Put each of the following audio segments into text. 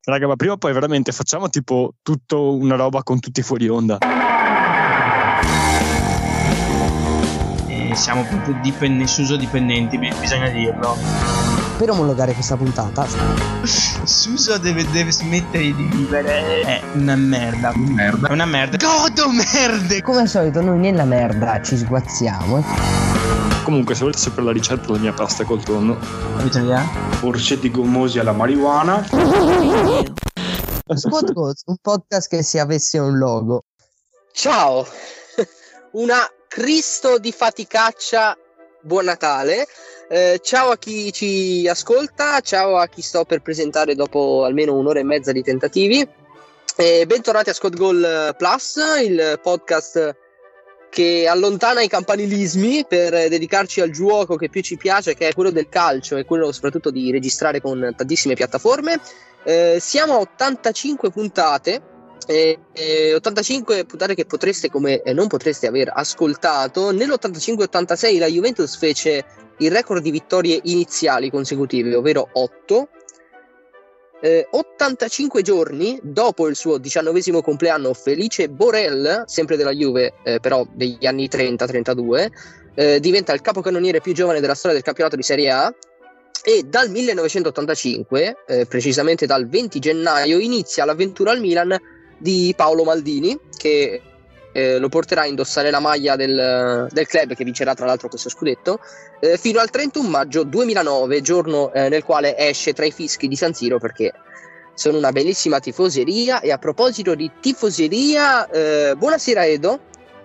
Raga, ma prima o poi veramente facciamo tipo tutto una roba con tutti fuori onda. Siamo proprio Suso dipendenti, bisogna dirlo. Per omologare questa puntata Suso deve smettere di vivere. È una merda. È una merda. Godo merde. come al solito noi nella merda ci sguazziamo. Comunque, se volete sapere la ricetta della mia pasta col tonno, Avete un'idea? Orsetti gommosi alla marijuana. Squad Goals, un podcast che se avesse un logo. Ciao, una Cristo di faticaccia, buon Natale. Ciao a chi ci ascolta, ciao a chi sto per presentare dopo almeno un'ora e mezza di tentativi. Bentornati a Squad Goal Plus, il podcast che allontana i campanilismi per dedicarci al gioco che più ci piace, che è quello del calcio e quello soprattutto di registrare con tantissime piattaforme. Siamo a 85 puntate. 85 puntate che potreste come non potreste aver ascoltato. Nell'85-86 la Juventus fece il record di vittorie iniziali consecutive, ovvero 8. 85 giorni dopo il suo 19° compleanno, Felice Borel, sempre della Juve, però degli anni 30-32, diventa il capocannoniere più giovane della storia del campionato di Serie A. E dal 1985, precisamente dal 20 gennaio, inizia l'avventura al Milan di Paolo Maldini, che lo porterà a indossare la maglia del club, che vincerà tra l'altro questo scudetto, fino al 31 maggio 2009, giorno nel quale esce tra i fischi di San Siro, perché sono una bellissima tifoseria. E a proposito di tifoseria, buonasera Edo.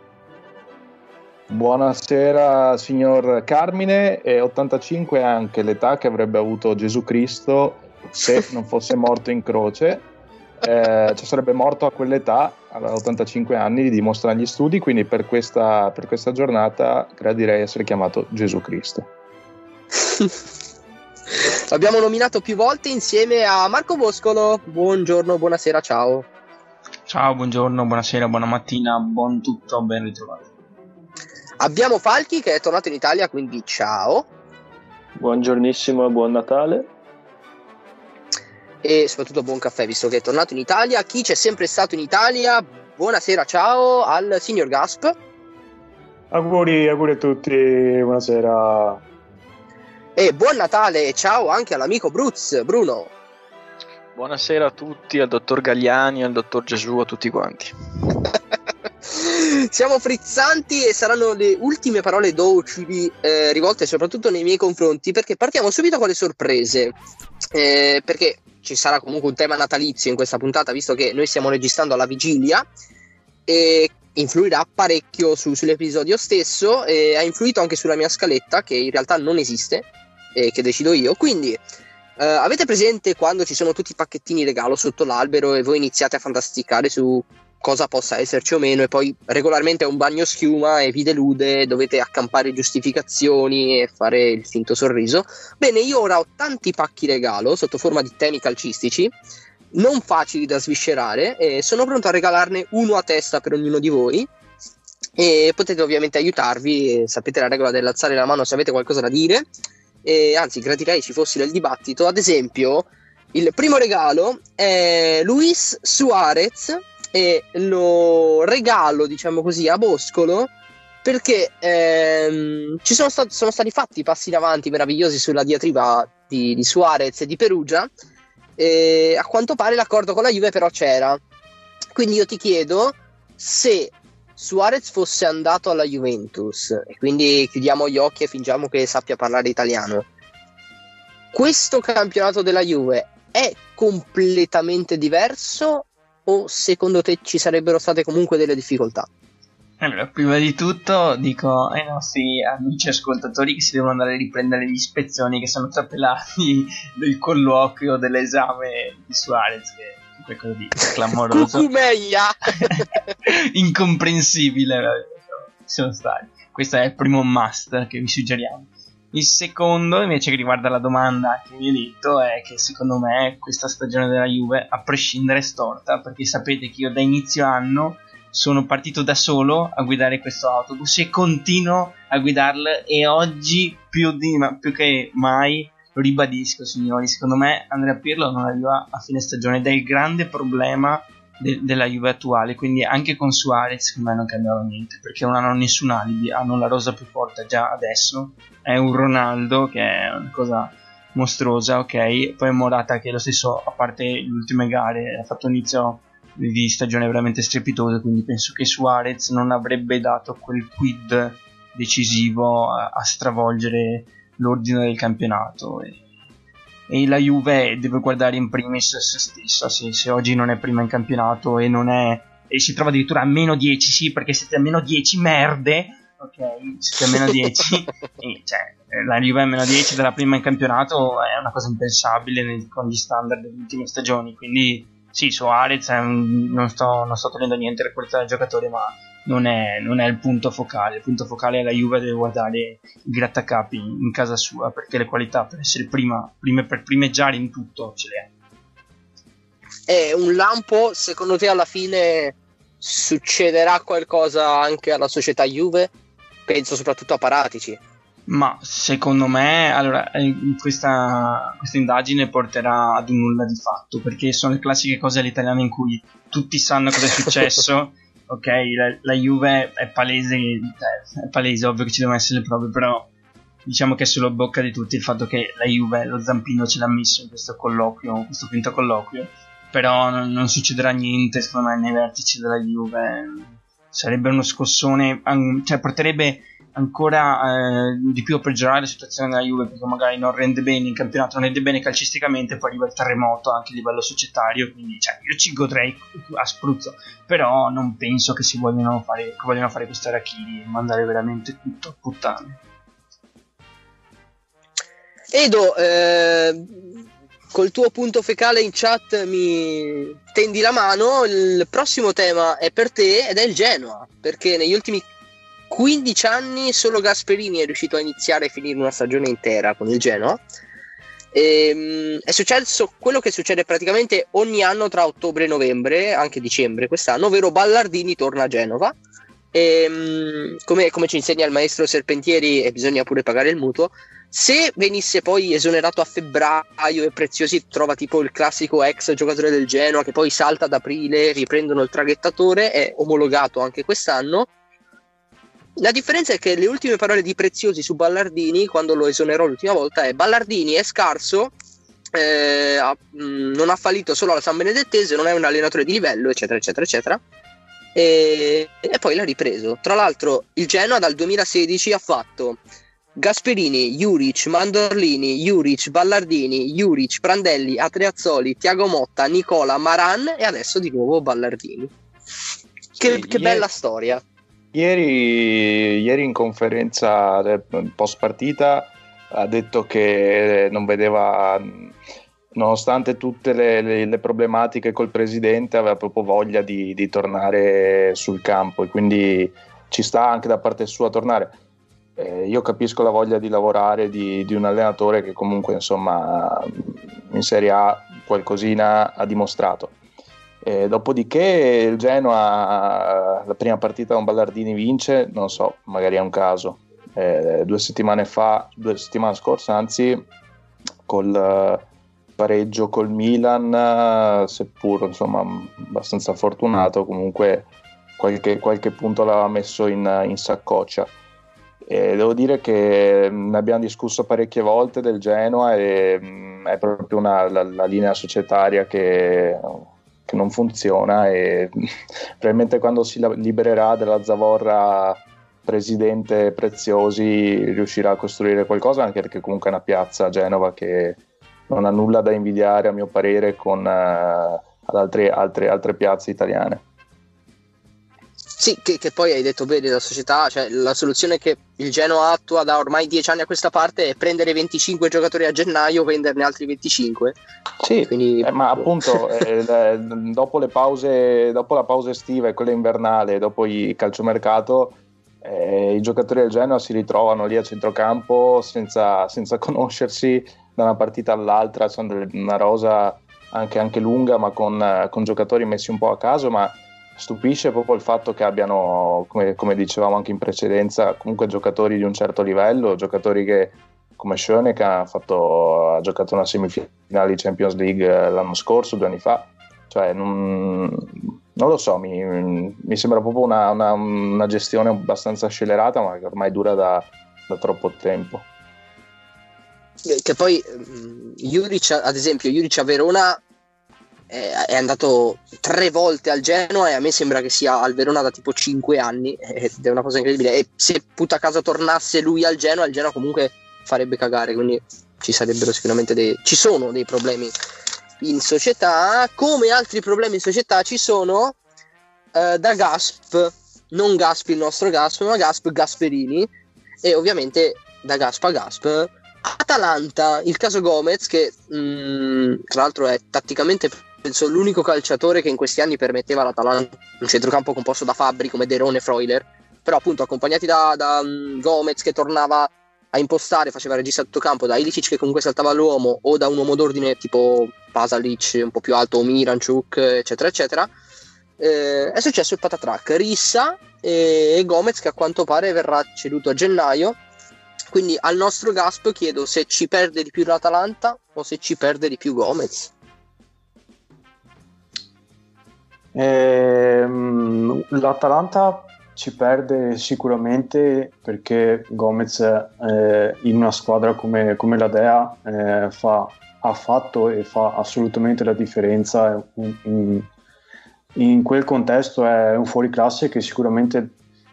Buonasera signor Carmine, e 85 è anche l'età che avrebbe avuto Gesù Cristo se non fosse morto in croce. Cioè sarebbe morto a quell'età, a 85 anni, dimostrano gli studi, quindi per questa giornata gradirei essere chiamato Gesù Cristo. L'abbiamo nominato più volte insieme a Marco Boscolo. Buongiorno, buonasera, ciao. Ciao, buongiorno, buonasera, buona mattina, buon tutto, ben ritrovati. Abbiamo Falchi che è tornato in Italia, quindi ciao. Buongiornissimo e buon Natale. E soprattutto buon caffè, visto che è tornato in Italia. Chi c'è sempre stato in Italia, buonasera, ciao al signor Gasp. Auguri a tutti, buonasera. E buon Natale, ciao anche all'amico Bruno. Buonasera a tutti, al dottor Gagliani, al dottor Gesù, a tutti quanti. Siamo frizzanti e saranno le ultime parole docili rivolte soprattutto nei miei confronti, perché partiamo subito con le sorprese, perché ci sarà comunque un tema natalizio in questa puntata, visto che noi stiamo registrando alla vigilia, e influirà parecchio sull'episodio stesso, e ha influito anche sulla mia scaletta, che in realtà non esiste e che decido io. Quindi avete presente quando ci sono tutti i pacchettini regalo sotto l'albero e voi iniziate a fantasticare su cosa possa esserci o meno, e poi regolarmente è un bagno schiuma e vi delude, dovete accampare giustificazioni e fare il finto sorriso? Bene, io ora ho tanti pacchi regalo sotto forma di temi calcistici, non facili da sviscerare, e sono pronto a regalarne uno a testa per ognuno di voi, e potete ovviamente aiutarvi, sapete la regola dell'alzare la mano se avete qualcosa da dire, e anzi gradirei ci fossi nel dibattito. Ad esempio, il primo regalo è Luis Suarez, e lo regalo, diciamo così, a Boscolo, perché ci sono stati fatti passi in avanti meravigliosi sulla diatriba di Suarez e di Perugia, e a quanto pare l'accordo con la Juve però c'era. Quindi io ti chiedo, se Suarez fosse andato alla Juventus, e quindi chiudiamo gli occhi e fingiamo che sappia parlare italiano, questo campionato della Juve è completamente diverso, o secondo te ci sarebbero state comunque delle difficoltà? Allora, prima di tutto dico ai nostri amici ascoltatori che si devono andare a riprendere gli spezzoni che sono trapelati del colloquio, dell'esame di Suarez, che è qualcosa di clamoroso. Cucumeia! Incomprensibile, sono stati. Questo è il primo must che vi suggeriamo. Il secondo, invece, che riguarda la domanda che mi hai detto, è che secondo me questa stagione della Juve a prescindere è storta, perché sapete che io da inizio anno sono partito da solo a guidare questo autobus e continuo a guidarlo, e oggi più che mai lo ribadisco signori, secondo me Andrea Pirlo non arriva a fine stagione ed è il grande problema della Juve attuale, quindi anche con Suarez secondo me non cambierà niente, perché non hanno nessun alibi, hanno la rosa più forte già adesso, è un Ronaldo che è una cosa mostruosa, ok, poi Morata che lo stesso, a parte le ultime gare, ha fatto un inizio di stagione veramente strepitoso, quindi penso che Suarez non avrebbe dato quel quid decisivo a stravolgere l'ordine del campionato, e la Juve deve guardare in primis se stessa. Se oggi non è prima in campionato e si trova addirittura a meno 10, sì, perché siete a meno 10 merde, ok, siete a meno 10 e, cioè, la Juve a meno 10 dalla prima in campionato è una cosa impensabile con gli standard delle ultime stagioni, quindi sì, Suarez non sto togliendo niente alla qualità del giocatore, ma non è il punto focale. Il punto focale è la Juve, deve guardare i grattacapi in casa sua, perché le qualità per essere per primeggiare in tutto ce le ha. È un lampo, secondo te alla fine succederà qualcosa anche alla società Juve? Penso soprattutto a Paratici. Ma secondo me, allora, questa indagine porterà ad un nulla di fatto, perché sono le classiche cose all'italiana in cui tutti sanno cosa è successo. Ok, la Juve è palese, ovvio che ci devono essere le prove, però diciamo che è sulla bocca di tutti il fatto che la Juve, lo zampino ce l'ha messo in questo colloquio, questo finto colloquio, però non succederà niente secondo me nei vertici della Juve. Sarebbe uno scossone, cioè porterebbe ancora di più a peggiorare la situazione della Juve, perché magari non rende bene in campionato, non rende bene calcisticamente, poi arriva il terremoto anche a livello societario, quindi cioè, io ci godrei a spruzzo, però non penso che vogliano fare questo arachiri e mandare veramente tutto a puttane. Edo, col tuo punto fecale in chat mi tendi la mano. Il prossimo tema è per te ed è il Genoa, perché negli ultimi 15 anni solo Gasperini è riuscito a iniziare e finire una stagione intera con il Genoa. È successo quello che succede praticamente ogni anno tra ottobre e novembre, anche dicembre quest'anno, ovvero Ballardini torna a Genova. Come ci insegna il maestro Serpentieri, e bisogna pure pagare il mutuo, se venisse poi esonerato a febbraio e Preziosi trova tipo il classico ex giocatore del Genoa che poi salta ad aprile, riprendono il traghettatore, è omologato anche quest'anno. La differenza è che le ultime parole di Preziosi su Ballardini, quando lo esonerò l'ultima volta, è: Ballardini è scarso, non ha fallito solo alla San Benedettese, non è un allenatore di livello, eccetera eccetera eccetera, e poi l'ha ripreso. Tra l'altro il Genoa dal 2016 ha fatto Gasperini, Juric, Mandorlini, Juric, Ballardini, Juric, Prandelli, Adriazzoli, Tiago Motta, Nicola, Maran e adesso di nuovo Ballardini. Che bella storia. Ieri in conferenza post partita ha detto che non vedeva, nonostante tutte le problematiche col presidente, aveva proprio voglia di tornare sul campo, e quindi ci sta anche da parte sua tornare. Io capisco la voglia di lavorare di un allenatore che comunque insomma in Serie A qualcosina ha dimostrato. Dopodiché il Genoa la prima partita con Ballardini vince, non so, magari è un caso. 2 settimane scorse anzi, col pareggio col Milan, seppur insomma abbastanza fortunato, comunque qualche punto l'aveva messo in saccoccia. Devo dire che ne abbiamo discusso parecchie volte del Genoa e è proprio la linea societaria che non funziona, e probabilmente quando si libererà della zavorra presidente Preziosi riuscirà a costruire qualcosa, anche perché comunque è una piazza, Genova, che non ha nulla da invidiare a mio parere con altre piazze italiane. Sì, che poi hai detto bene, la società, cioè la soluzione che il Genoa attua da ormai 10 anni a questa parte è prendere 25 giocatori a gennaio, venderne altri 25. Sì, quindi ma appunto dopo la pausa estiva e quella invernale, dopo il calciomercato, i giocatori del Genoa si ritrovano lì a centrocampo senza conoscersi da una partita all'altra, sono una rosa anche lunga, ma con giocatori messi un po' a caso, ma stupisce proprio il fatto che abbiano, come dicevamo anche in precedenza, comunque giocatori di un certo livello, giocatori che Schöne, che ha giocato una semifinale di Champions League l'anno scorso, 2 anni fa. Cioè, non lo so, mi sembra proprio una gestione abbastanza scelerata, ma che ormai dura da troppo tempo. Che poi Juric, ad esempio, Juric a Verona è andato 3 volte al Genoa, e a me sembra che sia al Verona da tipo 5 anni, ed è una cosa incredibile. E se puta caso tornasse lui al Genoa, il Genoa comunque farebbe cagare, quindi ci sarebbero sicuramente ci sono dei problemi in società. Come altri problemi in società ci sono da Gasp, non Gasp il nostro Gasp, ma Gasperini, e ovviamente da Gasp a Gasp Atalanta, il caso Gomez, che tra l'altro è tatticamente penso l'unico calciatore che in questi anni permetteva all'Atalanta un centrocampo composto da Fabbri come Derone e Freuler, però appunto accompagnati da Gomez che tornava a impostare, faceva regista a tutto campo, da Ilicic che comunque saltava l'uomo, o da un uomo d'ordine tipo Pasalic un po' più alto, o Miranchuk, eccetera eccetera. È successo il patatrac, rissa e Gomez, che a quanto pare verrà ceduto a gennaio. Quindi al nostro Gasp chiedo se ci perde di più l'Atalanta o se ci perde di più Gomez. L'Atalanta ci perde sicuramente, perché Gomez in una squadra come la Dea ha fatto e fa assolutamente la differenza. In quel contesto è un fuoriclasse che sicuramente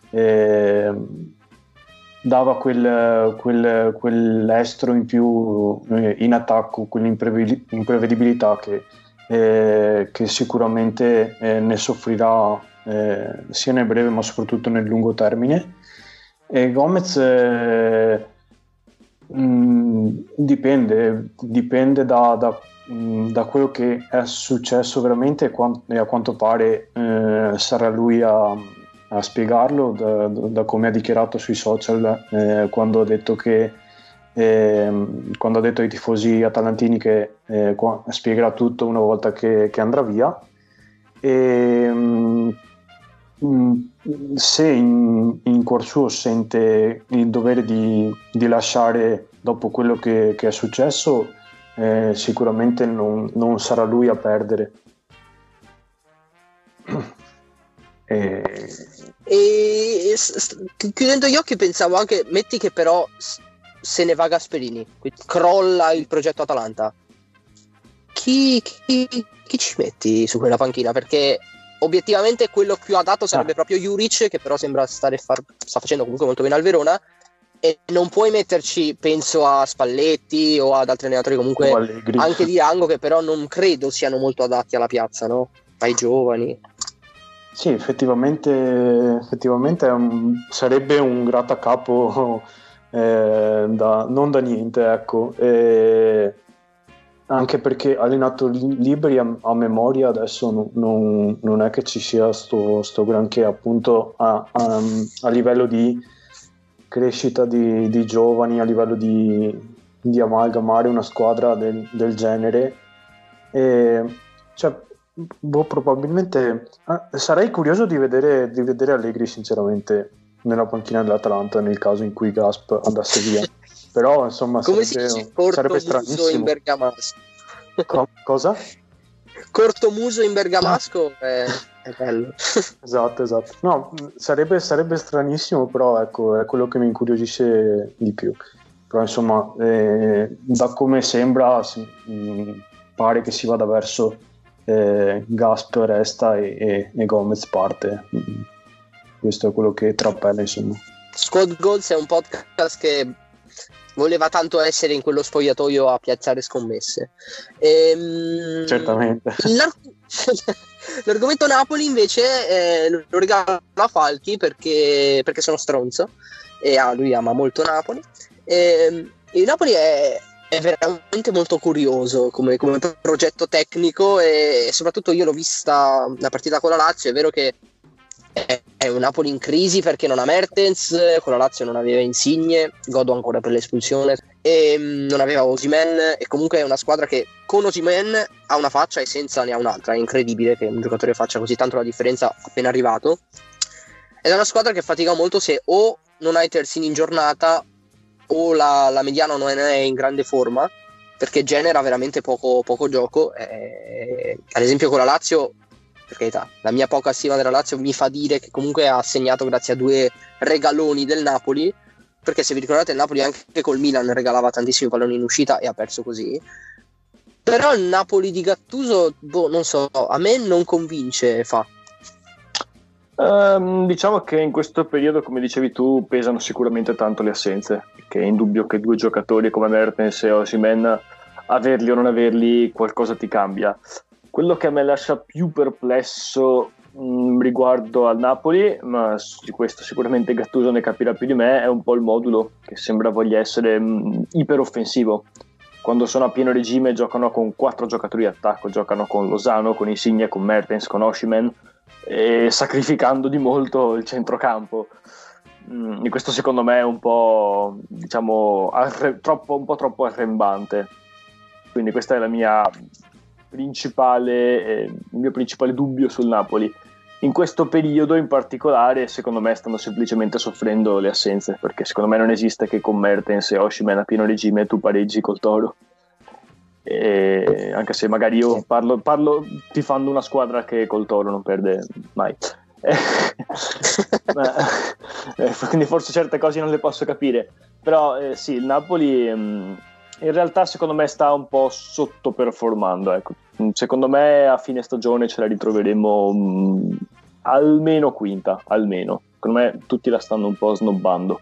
dava quell'estro in più in attacco, quell'imprevedibilità che sicuramente ne soffrirà sia nel breve ma soprattutto nel lungo termine. E Gomez dipende da quello che è successo veramente, e a quanto pare sarà lui a spiegarlo, da come ha dichiarato sui social quando ha detto ai tifosi atalantini che spiegherà tutto una volta che andrà via. E se in cuor suo sente il dovere di lasciare dopo quello che è successo, sicuramente non sarà lui a perdere. Chiudendo gli occhi pensavo anche, metti che però se ne va Gasperini, crolla il progetto Atalanta, chi ci metti su quella panchina? Perché obiettivamente quello più adatto sarebbe proprio Juric, che però sembra sta facendo comunque molto bene al Verona, e non puoi metterci, penso a Spalletti o ad altri allenatori comunque anche di rango, che però non credo siano molto adatti alla piazza, no? Ai giovani. Sì, effettivamente sarebbe un grattacapo non da niente, ecco. Anche perché allenato liberi a memoria adesso non è che ci sia sto granché, appunto a livello di crescita di giovani, a livello di amalgamare una squadra del genere. Cioè, probabilmente sarei curioso di vedere Allegri sinceramente nella panchina dell'Atalanta nel caso in cui Gasp andasse via. Però insomma sarebbe stranissimo. In bergamasco. Cosa? Cortomuso in bergamasco è bello. Esatto. No, sarebbe stranissimo, però ecco, è quello che mi incuriosisce di più. Però insomma, da come sembra pare che si vada verso Gasp resta e Gomez parte. Questo è quello che trappella, insomma. Squad Goals è un podcast che voleva tanto essere in quello spogliatoio a piazzare scommesse. Certamente. L'argomento Napoli invece lo regalo a Falchi perché sono stronzo e lui ama molto Napoli. Il Napoli è veramente molto curioso come progetto tecnico, e soprattutto io l'ho vista la partita con la Lazio. È vero che è un Napoli in crisi perché non ha Mertens, con la Lazio non aveva Insigne, godo ancora per l'espulsione, e non aveva Osimhen, e comunque è una squadra che con Osimhen ha una faccia e senza ne ha un'altra. È incredibile che un giocatore faccia così tanto la differenza appena arrivato, ed è una squadra che fatica molto se o non hai terzini in giornata o la mediana non è in grande forma, perché genera veramente poco gioco. Ad esempio con la Lazio, per carità, la mia poca stima della Lazio mi fa dire che comunque ha segnato grazie a 2 regaloni del Napoli, perché se vi ricordate il Napoli anche col Milan regalava tantissimi palloni in uscita e ha perso così. Però il Napoli di Gattuso, non so, a me non convince. Diciamo che in questo periodo, come dicevi tu, pesano sicuramente tanto le assenze, che è indubbio che 2 giocatori come Mertens e Osimhen, averli o non averli, qualcosa ti cambia. Quello che a me lascia più perplesso riguardo al Napoli, ma di questo sicuramente Gattuso ne capirà più di me, è un po' il modulo, che sembra voglia essere iperoffensivo. Quando sono a pieno regime giocano con 4 giocatori di attacco, giocano con Lozano, con Insigne, con Mertens, con Osimhen, e sacrificando di molto il centrocampo. E questo secondo me è un po', diciamo, un po' troppo arrembante. Quindi questa è il mio principale dubbio sul Napoli. In questo periodo in particolare, secondo me, stanno semplicemente soffrendo le assenze, perché secondo me non esiste che con Mertens e Osimhen a pieno regime tu pareggi col Toro. E anche se magari io parlo tifando una squadra che col Toro non perde mai. Quindi forse certe cose non le posso capire. Però sì, il Napoli in realtà secondo me sta un po' sottoperformando, ecco. Secondo me a fine stagione ce la ritroveremo almeno quinta, almeno. Secondo me tutti la stanno un po' snobbando.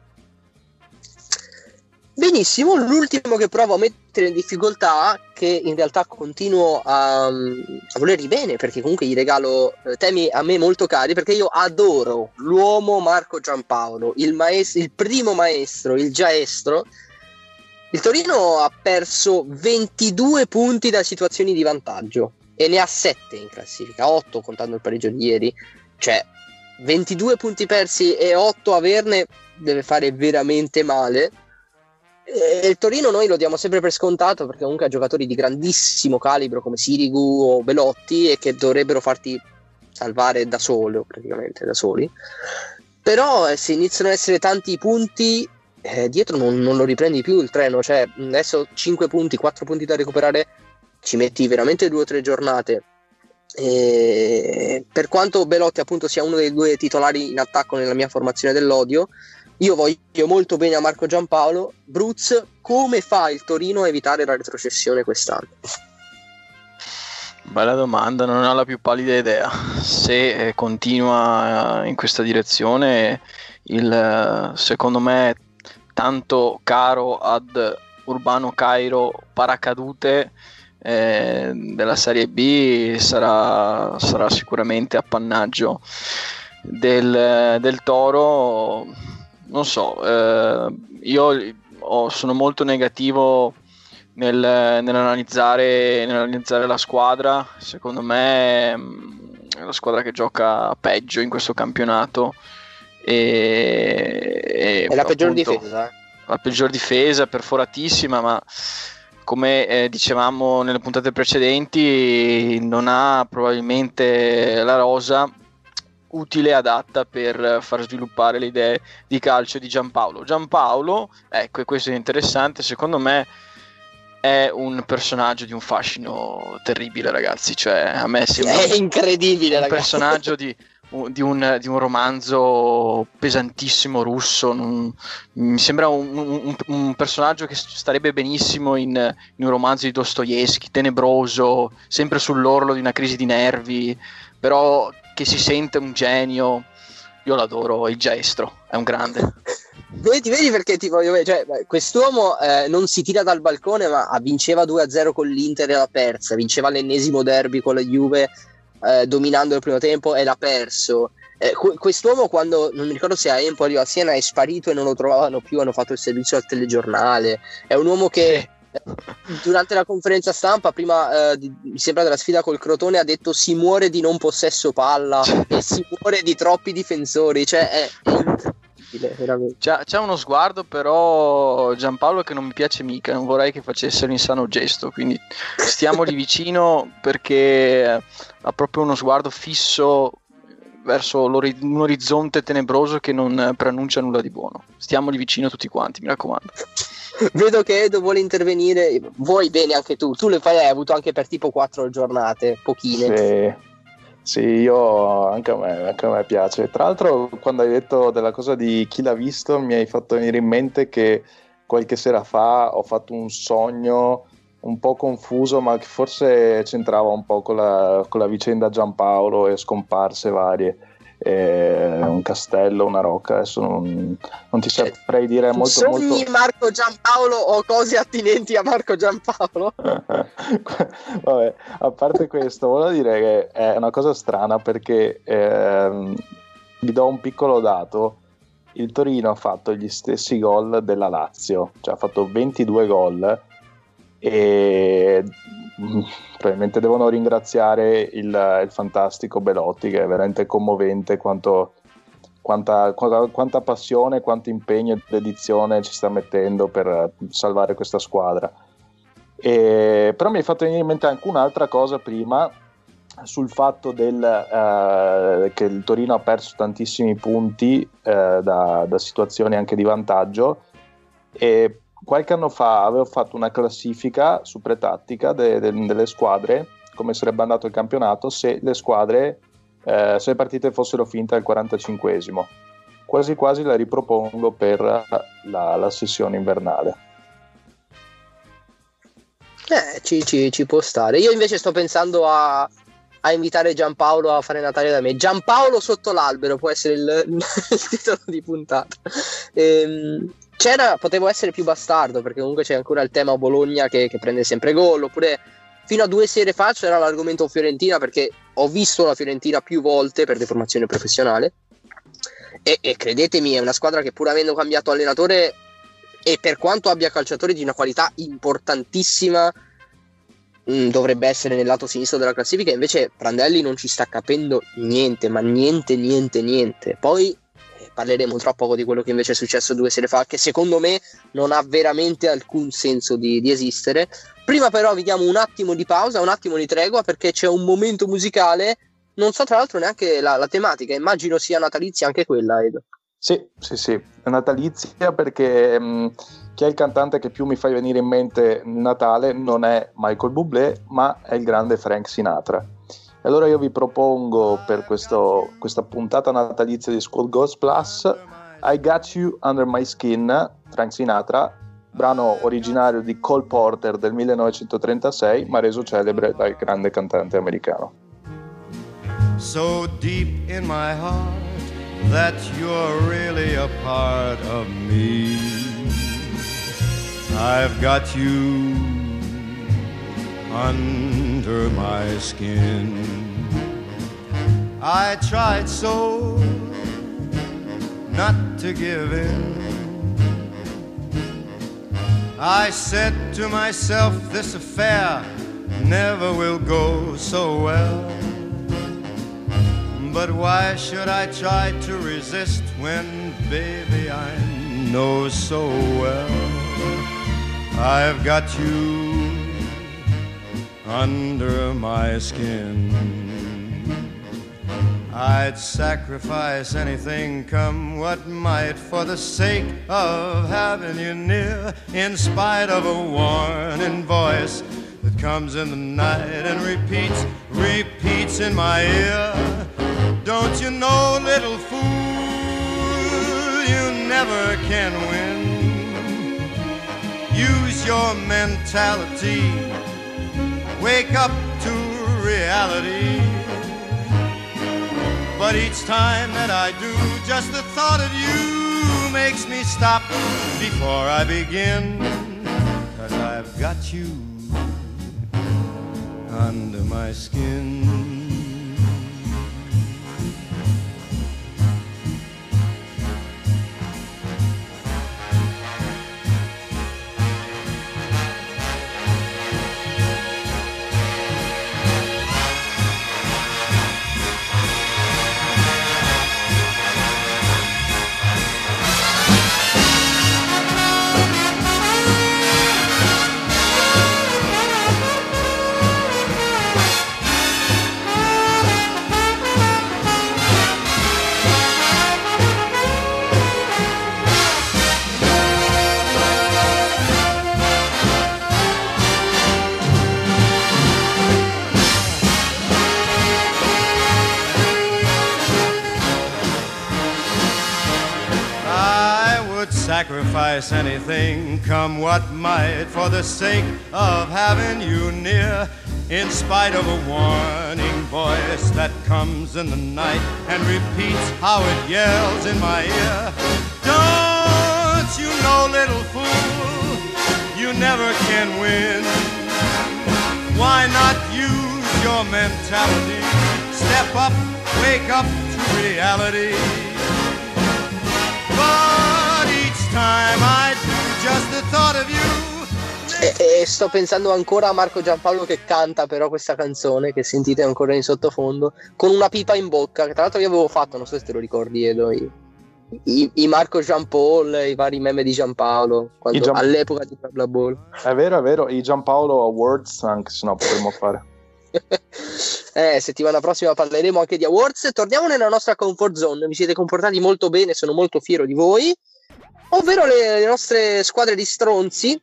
Benissimo, l'ultimo che provo a mettere in difficoltà, che in realtà continuo a volergli bene, perché comunque gli regalo temi a me molto cari, perché io adoro l'uomo Marco Giampaolo, il primo maestro, il giaestro. Il Torino ha perso 22 punti da situazioni di vantaggio e ne ha 7 in classifica, 8 contando il pareggio di ieri. Cioè 22 punti persi e 8 averne deve fare veramente male. E il Torino noi lo diamo sempre per scontato, perché comunque ha giocatori di grandissimo calibro come Sirigu o Belotti, e che dovrebbero farti salvare da soli, praticamente da soli. Però se iniziano ad essere tanti punti, dietro non lo riprendi più il treno. Cioè adesso 5 punti, 4 punti da recuperare, ci metti veramente 2 o 3 giornate. E per quanto Belotti appunto sia uno dei 2 titolari in attacco nella mia formazione dell'odio, io voglio molto bene a Marco Giampaolo. Bruz, come fa il Torino a evitare la retrocessione quest'anno? Bella domanda, non ho la più pallida idea. Se continua in questa direzione, secondo me tanto caro ad Urbano Cairo paracadute della Serie B sarà sicuramente appannaggio del Toro. Non so, io sono molto negativo nell'analizzare la squadra. Secondo me è la squadra che gioca peggio in questo campionato, e è la peggior difesa. La peggior difesa, perforatissima, ma come dicevamo nelle puntate precedenti, non ha probabilmente la rosa utile, adatta per far sviluppare le idee di calcio di Giampaolo. Ecco, e questo è interessante, secondo me è un personaggio di un fascino terribile, ragazzi. Cioè, a me sembra è incredibile, un ragazzi. Personaggio di un romanzo pesantissimo russo. Mi sembra un personaggio che starebbe benissimo in un romanzo di Dostoevskij, tenebroso, sempre sull'orlo di una crisi di nervi, però che si sente un genio. Io l'adoro, il Giaestro, è un grande. Ti vedi perché ti voglio vedere? Cioè, quest'uomo non si tira dal balcone, ma vinceva 2-0 con l'Inter e l'ha persa, vinceva l'ennesimo derby con la Juve dominando il primo tempo e l'ha perso. Quest'uomo, quando non mi ricordo se a Empoli o a Siena, è sparito e non lo trovavano più, hanno fatto il servizio al telegiornale. È un uomo che durante la conferenza stampa prima mi sembra della sfida col Crotone ha detto: si muore di non possesso palla e si muore di troppi difensori. Cioè è veramente. C'ha uno sguardo però Giampaolo che non mi piace mica, non vorrei che facesse un insano gesto, quindi stiamogli vicino, perché ha proprio uno sguardo fisso verso un orizzonte tenebroso che non preannuncia nulla di buono. Stiamoli vicino tutti quanti, mi raccomando. Vedo che Edo vuole intervenire. Vuoi bene anche tu? Tu le fai, hai avuto anche per tipo 4 giornate, pochine. Sì, io anche a me piace. Tra l'altro, quando hai detto della cosa di chi l'ha visto, mi hai fatto venire in mente che qualche sera fa ho fatto un sogno un po' confuso, ma che forse c'entrava un po' con la vicenda Giampaolo e scomparse varie. Un castello, una rocca, adesso non ti saprei dire molto. Sogni molto... Marco Giampaolo o cose attinenti a Marco Giampaolo? Vabbè, a parte questo, volevo dire che è una cosa strana perché vi do un piccolo dato. Il Torino ha fatto gli stessi gol della Lazio, cioè ha fatto 22 gol e probabilmente devono ringraziare il fantastico Belotti, che è veramente commovente quanta passione, quanto impegno e dedizione ci sta mettendo per salvare questa squadra. Però mi hai fatto venire in mente anche un'altra cosa prima, sul fatto che il Torino ha perso tantissimi punti da situazioni anche di vantaggio, e qualche anno fa avevo fatto una classifica su Pretattica delle squadre, come sarebbe andato il campionato se le squadre, se le partite fossero finte al 45esimo. Quasi quasi la ripropongo per la sessione invernale. Ci può stare. Io invece sto pensando a invitare Giampaolo a fare Natale da me. Giampaolo sotto l'albero può essere il titolo di puntata. Potevo essere più bastardo, perché comunque c'è ancora il tema Bologna che prende sempre gol, oppure fino a 2 sere fa c'era l'argomento Fiorentina, perché ho visto la Fiorentina più volte per deformazione professionale e credetemi, è una squadra che, pur avendo cambiato allenatore e per quanto abbia calciatori di una qualità importantissima, dovrebbe essere nel lato sinistro della classifica. Invece Prandelli non ci sta capendo niente, ma niente. Poi parleremo tra poco di quello che invece è successo 2 sere fa, che secondo me non ha veramente alcun senso di esistere. Prima però vi diamo un attimo di pausa, un attimo di tregua, perché c'è un momento musicale. Non so tra l'altro neanche la tematica, immagino sia natalizia anche quella, Edo. Sì, è natalizia, perché chi è il cantante che più mi fa venire in mente Natale non è Michael Bublé, ma è il grande Frank Sinatra. Allora io vi propongo per questa puntata natalizia di School Goes Plus I Got You Under My Skin, Frank Sinatra, brano originario di Cole Porter del 1936, ma reso celebre dal grande cantante americano. So deep in my heart that you're really a part of me. I've got you under my skin. I tried so not to give in. I said to myself, this affair never will go so well. But why should I try to resist when, baby, I know so well I've got you under my skin. I'd sacrifice anything, come what might, for the sake of having you near, in spite of a warning voice that comes in the night and repeats in my ear. Don't you know, little fool, you never can win. Use your mentality, wake up to reality. But each time that I do, just the thought of you makes me stop before I begin. 'Cause I've got you under my skin. sacrifice anything, come what might, for the sake of having you near. In spite of a warning voice that comes in the night and repeats how it yells in my ear. Don't you know, little fool, you never can win. Why not use your mentality? Step up, wake up to reality. But each time I do, just the thought of you. E sto pensando ancora a Marco Giampaolo che canta però questa canzone che sentite ancora in sottofondo con una pipa in bocca, che tra l'altro io avevo fatto, non so se te lo ricordi Edo, i Marco Giampaolo, i vari meme di Giampaolo all'epoca di Bla Ball. È vero, i Giampaolo Awards, anche se no potremmo fare. Settimana prossima parleremo anche di awards. Torniamo nella nostra comfort zone. Vi siete comportati molto bene, sono molto fiero di voi, ovvero le nostre squadre di stronzi.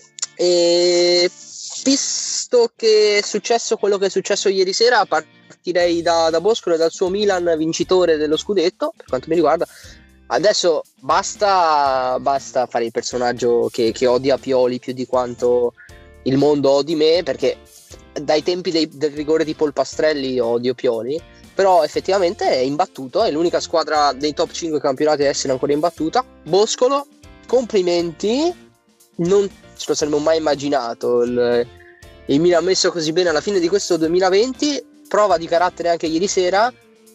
E visto che è successo quello che è successo ieri sera, partirei da Boscolo e dal suo Milan vincitore dello scudetto, per quanto mi riguarda. Adesso basta fare il personaggio che odia Pioli più di quanto il mondo odi me, perché dai tempi del rigore di Polpastrelli odio Pioli, però effettivamente è imbattuto, è l'unica squadra dei top 5 campionati ad essere ancora imbattuta. Boscolo, complimenti, non ce lo saremmo mai immaginato il Milan messo così bene alla fine di questo 2020. Prova di carattere anche ieri sera,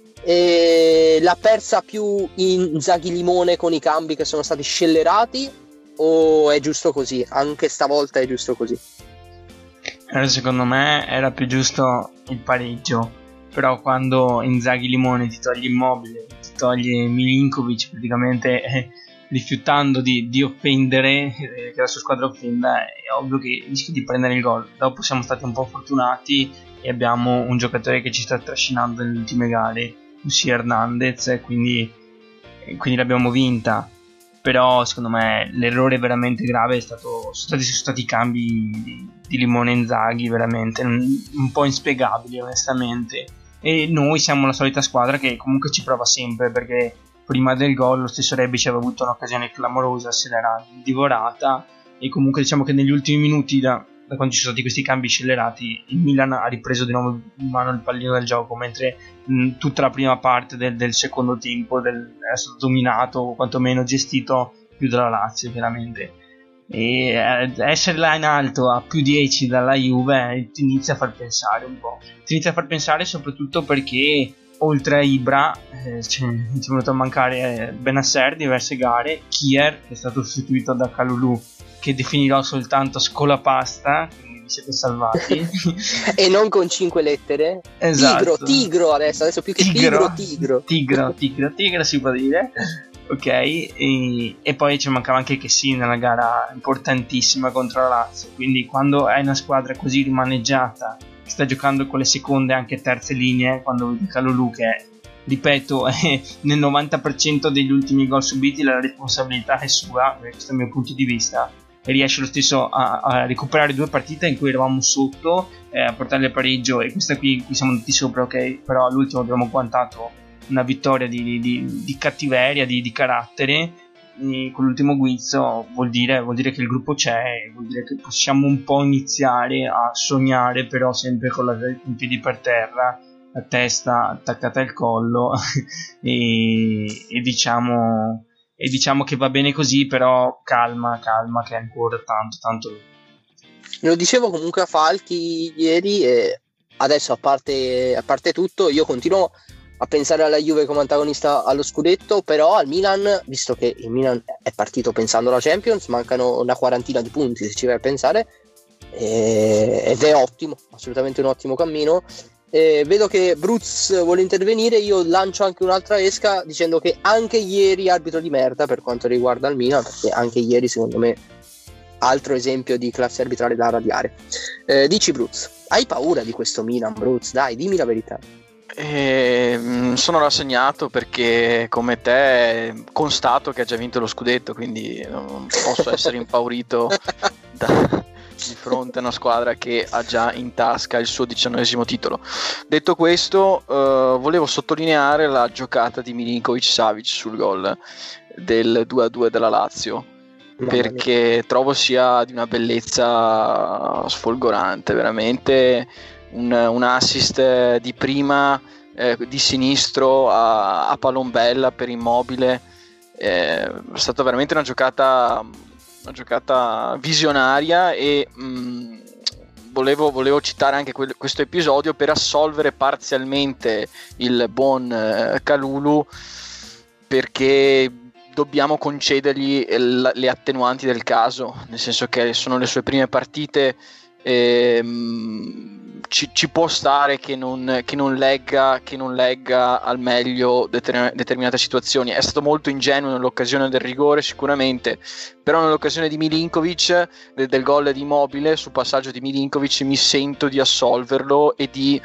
e l'ha persa più Inzaghi Limone con i cambi che sono stati scellerati, o è giusto così? Anche stavolta è giusto così? Secondo me era più giusto il pareggio, però quando Inzaghi Limone ti toglie Immobile, ti toglie Milinkovic praticamente rifiutando di offendere, che la sua squadra offenda, è ovvio che rischia di prendere il gol. Dopo siamo stati un po' fortunati e abbiamo un giocatore che ci sta trascinando nelle ultime gare, ossia Hernandez, quindi l'abbiamo vinta. Però secondo me l'errore veramente grave sono stati i cambi di Limone e Inzaghi, veramente un po' inspiegabili onestamente. E noi siamo la solita squadra che comunque ci prova sempre, perché prima del gol lo stesso Rebic aveva avuto un'occasione clamorosa, se l'era divorata, e comunque diciamo che negli ultimi minuti da quando ci sono stati questi cambi scellerati il Milan ha ripreso di nuovo in mano il pallino del gioco, mentre tutta la prima parte del secondo tempo è stato dominato o quantomeno gestito più dalla Lazio chiaramente. E essere là in alto a più 10 dalla Juve ti inizia a far pensare un po', soprattutto perché oltre a Ibra ci è venuto a mancare Benasser diverse gare, Kier che è stato sostituito da Kalulu, che definirò soltanto scolapasta, quindi vi siete salvati. E non con 5 lettere. Esatto. Tigro adesso più che Tigro si può dire. Ok, e poi ci mancava anche Kessin nella gara importantissima contro la Lazio, quindi quando hai una squadra così rimaneggiata, sta giocando con le seconde e anche terze linee, quando vedi Kalulu che, ripeto, nel 90% degli ultimi gol subiti la responsabilità è sua, questo è il mio punto di vista, e riesce lo stesso a recuperare 2 partite in cui eravamo sotto, a portarle a pareggio, e questa qui siamo andati sopra, ok, però all'ultimo abbiamo agguantato una vittoria di cattiveria, di carattere. Con l'ultimo guizzo vuol dire che il gruppo c'è, vuol dire che possiamo un po' iniziare a sognare, però sempre con i piedi per terra, la testa attaccata al collo e diciamo che va bene così, però calma che è ancora tanto. Lo dicevo comunque a Falchi ieri, e adesso a parte tutto, io continuo a pensare alla Juve come antagonista allo scudetto, però al Milan, visto che il Milan è partito pensando alla Champions, mancano una quarantina di punti se ci vai a pensare, ed è ottimo, assolutamente un ottimo cammino. Vedo che Bruz vuole intervenire, io lancio anche un'altra esca dicendo che anche ieri arbitro di merda per quanto riguarda il Milan, perché anche ieri secondo me altro esempio di classe arbitrale da radiare. Dici Bruz, hai paura di questo Milan, Bruz? Dai, dimmi la verità. Sono rassegnato perché come te constato che ha già vinto lo scudetto, quindi non posso essere impaurito di fronte a una squadra che ha già in tasca il suo 19esimo titolo. Detto questo, volevo sottolineare la giocata di Milinkovic-Savic sul gol del 2-2 della Lazio, perché trovo sia di una bellezza sfolgorante, veramente un assist di prima di sinistro a palombella per Immobile. È stata veramente una giocata visionaria, e volevo citare anche questo episodio per assolvere parzialmente il buon Kalulu, perché dobbiamo concedergli le attenuanti del caso, nel senso che sono le sue prime partite. Ci può stare che non legga al meglio determinate situazioni. È stato molto ingenuo nell'occasione del rigore sicuramente, però nell'occasione di Milinkovic, del gol di Immobile, sul passaggio di Milinkovic, mi sento di assolverlo e di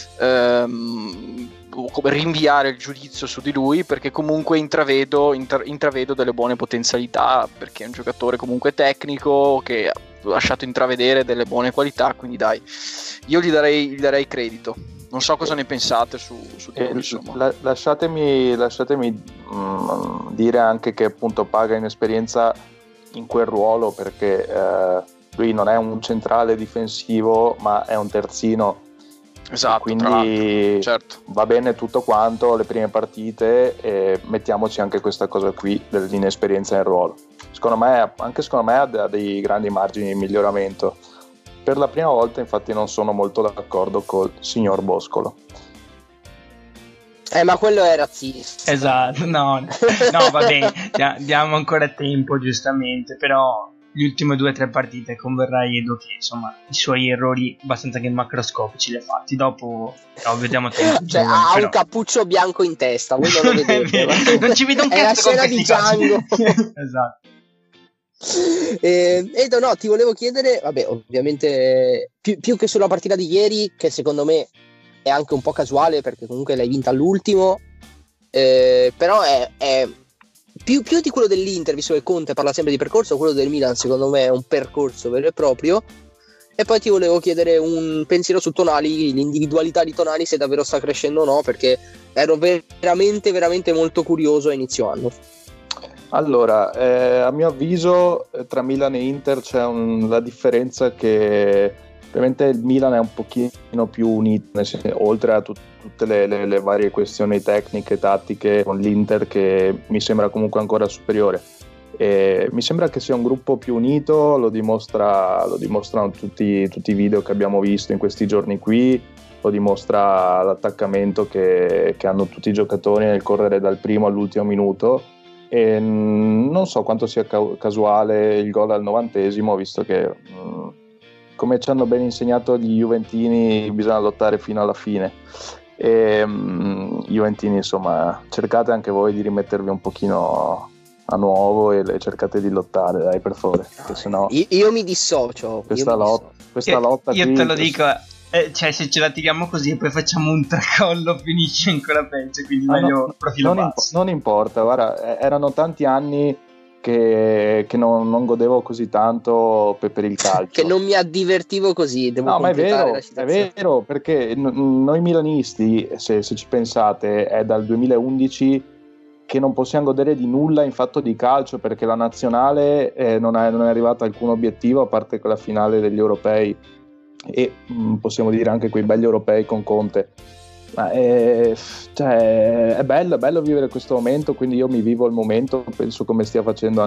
rinviare il giudizio su di lui, perché comunque intravedo delle buone potenzialità, perché è un giocatore comunque tecnico che ha lasciato intravedere delle buone qualità, quindi dai, io gli darei credito. Non so cosa ne pensate su di lui, insomma. Lasciatemi dire anche che appunto paga inesperienza in quel ruolo, perché lui non è un centrale difensivo, ma è un terzino. Esatto, quindi certo. Va bene tutto quanto, le prime partite, e mettiamoci anche questa cosa qui dell'inesperienza nel ruolo. Secondo me ha dei grandi margini di miglioramento. Per la prima volta infatti non sono molto d'accordo col signor Boscolo. Ma quello è razzista. Esatto, no, vabbè, diamo ancora tempo, giustamente, però le ultime 2 o 3 partite converrai, Edo, che insomma i suoi errori abbastanza che macroscopici li ha fatti. Dopo vediamo tempo. Cioè, ha un cappuccio bianco in testa, voi non lo vedete. Non ci vedo un cazzo. È la scena di Django. Esatto. Edo, no, ti volevo chiedere, vabbè, ovviamente più che sulla partita di ieri, che secondo me è anche un po' casuale perché comunque l'hai vinta all'ultimo, però è più di quello dell'Inter, visto che Conte parla sempre di percorso. Quello del Milan secondo me è un percorso vero e proprio. E poi ti volevo chiedere un pensiero su Tonali, l'individualità di Tonali, se davvero sta crescendo o no, perché ero veramente veramente molto curioso a inizio anno. Allora, a mio avviso tra Milan e Inter c'è la differenza che ovviamente il Milan è un pochino più unito, oltre a tutte le varie questioni tecniche, tattiche, con l'Inter che mi sembra comunque ancora superiore. Mi sembra che sia un gruppo più unito, lo dimostrano tutti i video che abbiamo visto in questi giorni qui, lo dimostra l'attaccamento che hanno tutti i giocatori nel correre dal primo all'ultimo minuto. E non so quanto sia casuale il gol al 90esimo, visto che come ci hanno ben insegnato gli juventini bisogna lottare fino alla fine. E juventini, insomma, cercate anche voi di rimettervi un pochino a nuovo e cercate di lottare, dai, per favore, perché sennò io mi dissocio. Questa lotta io qui, te lo dico, cioè se ce la tiriamo così e poi facciamo un tracollo finisce ancora peggio, quindi meglio profilo basso. Non importa, guarda, erano tanti anni che non godevo così tanto per il calcio, che non mi divertivo così. No, ma è vero, perché noi milanisti, se ci pensate, è dal 2011 che non possiamo godere di nulla in fatto di calcio, perché la nazionale non è arrivata a alcun obiettivo, a parte quella finale degli europei, e possiamo dire anche quei belli europei con Conte. Ma è bello vivere questo momento, quindi io mi vivo il momento, penso come stiamo facendo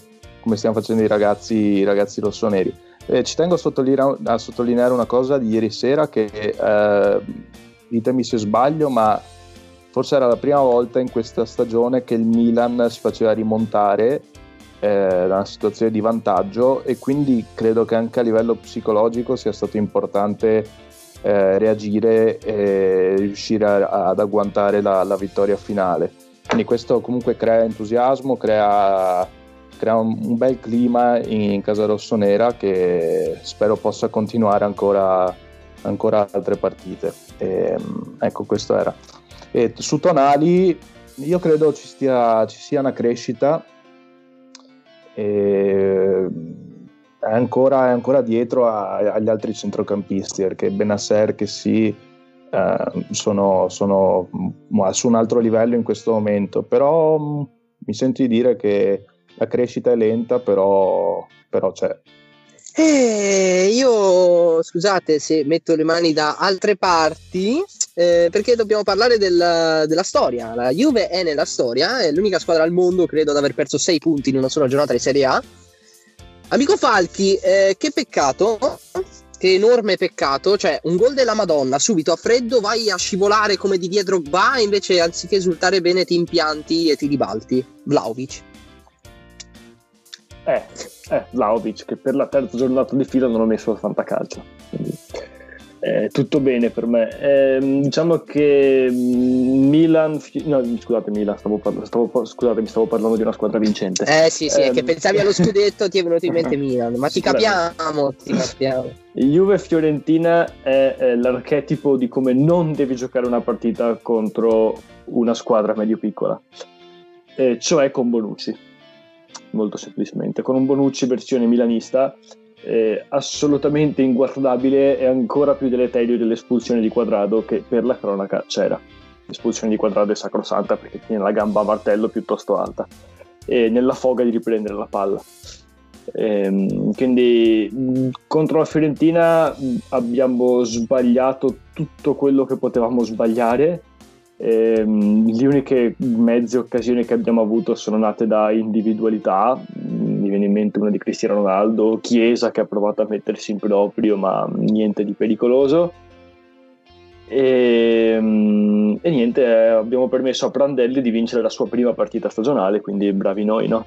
i ragazzi rossoneri. Ci tengo a sottolineare una cosa di ieri sera, che ditemi se sbaglio, ma forse era la prima volta in questa stagione che il Milan si faceva rimontare da una situazione di vantaggio, e quindi credo che anche a livello psicologico sia stato importante reagire e riuscire ad agguantare la vittoria finale. Quindi questo comunque crea entusiasmo, crea un bel clima in casa rossonera, che spero possa continuare ancora altre partite. Ecco, questo era. E su Tonali io credo ci sia una crescita, è ancora dietro agli altri centrocampisti, perché Benasser che sono su un altro livello in questo momento, però mi sento di dire che la crescita è lenta, però c'è. Io scusate se metto le mani da altre parti, perché dobbiamo parlare della storia. La Juve è nella storia, è l'unica squadra al mondo, credo, ad aver perso 6 punti in una sola giornata di Serie A. Amico Falchi, che peccato, che enorme peccato, cioè un gol della Madonna, subito a freddo vai a scivolare come di dietro Drogba, e invece anziché esultare bene ti impianti e ti ribalti. Vlahovic. Vlahovic, che per la terza giornata di fila non ho messo il fantacalcio, quindi tutto bene per me. Diciamo che Milan, mi stavo parlando di una squadra vincente. Sì, è che pensavi allo scudetto, ti è venuto in mente Milan, ma ti capiamo. Juve-Fiorentina è l'archetipo di come non devi giocare una partita contro una squadra medio-piccola, cioè con Bonucci, molto semplicemente, con un Bonucci versione milanista, assolutamente inguardabile e ancora più deleterio dell'espulsione di Quadrado, che per la cronaca c'era. L'espulsione di Quadrado è sacrosanta perché tiene la gamba a martello piuttosto alta e nella foga di riprendere la palla. Quindi contro la Fiorentina abbiamo sbagliato tutto quello che potevamo sbagliare. Le uniche mezze occasioni che abbiamo avuto sono nate da individualità. Mi viene in mente una di Cristiano Ronaldo, Chiesa che ha provato a mettersi in proprio, ma niente di pericoloso, e niente, abbiamo permesso a Prandelli di vincere la sua prima partita stagionale, quindi bravi noi, no?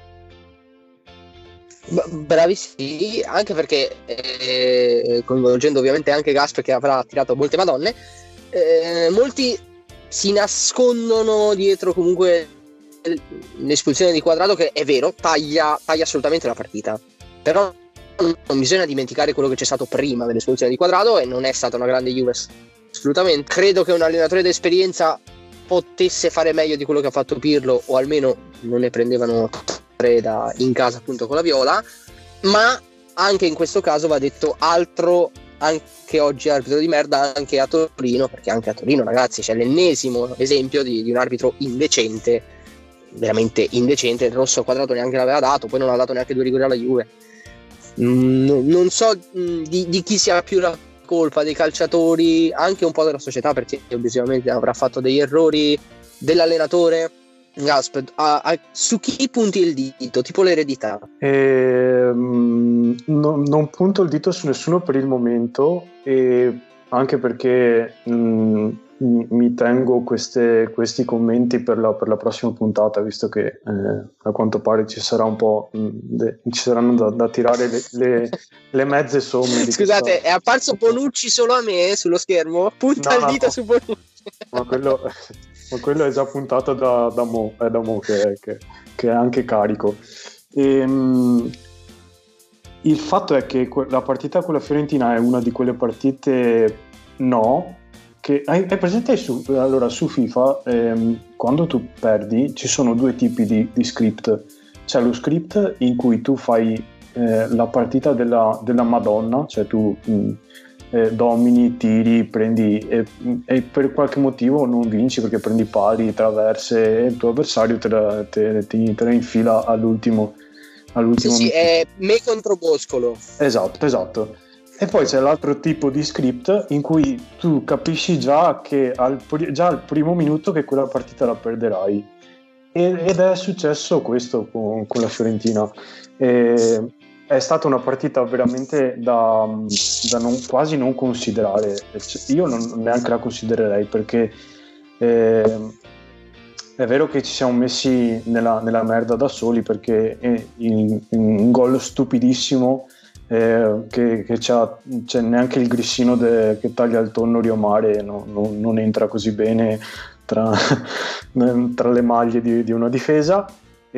Bravi sì, anche perché coinvolgendo ovviamente anche Gasper, che avrà tirato molte madonne, molti si nascondono dietro comunque l'espulsione di Quadrado, che è vero, taglia assolutamente la partita, però non bisogna dimenticare quello che c'è stato prima dell'espulsione di Quadrado, e non è stata una grande Juve assolutamente. Credo che un allenatore d'esperienza potesse fare meglio di quello che ha fatto Pirlo, o almeno non ne prendevano preda in casa appunto con la Viola, ma anche in questo caso va detto altro. Anche oggi arbitro di merda anche a Torino, perché anche a Torino, ragazzi, c'è l'ennesimo esempio di un arbitro indecente, veramente indecente. Il rosso Quadrato neanche l'aveva dato, poi non ha dato neanche 2 rigori alla Juve. Non so di chi sia più la colpa, dei calciatori, anche un po' della società, perché obiettivamente avrà fatto degli errori, dell'allenatore. Gasper, su chi punti il dito? Tipo l'eredità? Non punto il dito su nessuno per il momento, e anche perché mi tengo questi commenti per la prossima puntata, visto che a quanto pare ci sarà un po' ci saranno da tirare le mezze somme. Scusate, è apparso Bonucci solo a me sullo schermo? Punta il dito su Bonucci. Ma quello è già puntato da Mo che è anche carico. Il fatto è che la partita con la Fiorentina è una di quelle partite, no, che hai presente su FIFA, quando tu perdi ci sono 2 tipi di script. C'è lo script in cui tu fai la partita della Madonna, cioè tu domini, tiri, prendi e per qualche motivo non vinci perché prendi pali, traverse, e il tuo avversario te la infila all'ultimo sì, è me contro Boscolo. Esatto. E poi c'è l'altro tipo di script in cui tu capisci già che già al primo minuto che quella partita la perderai, ed è successo questo con la Fiorentina. È stata una partita veramente da quasi non considerare. Io neanche la considererei, perché è vero che ci siamo messi nella merda da soli, perché è un gol stupidissimo, che c'è neanche il grissino che taglia il tonno Riomare, non entra così bene tra le maglie di una difesa.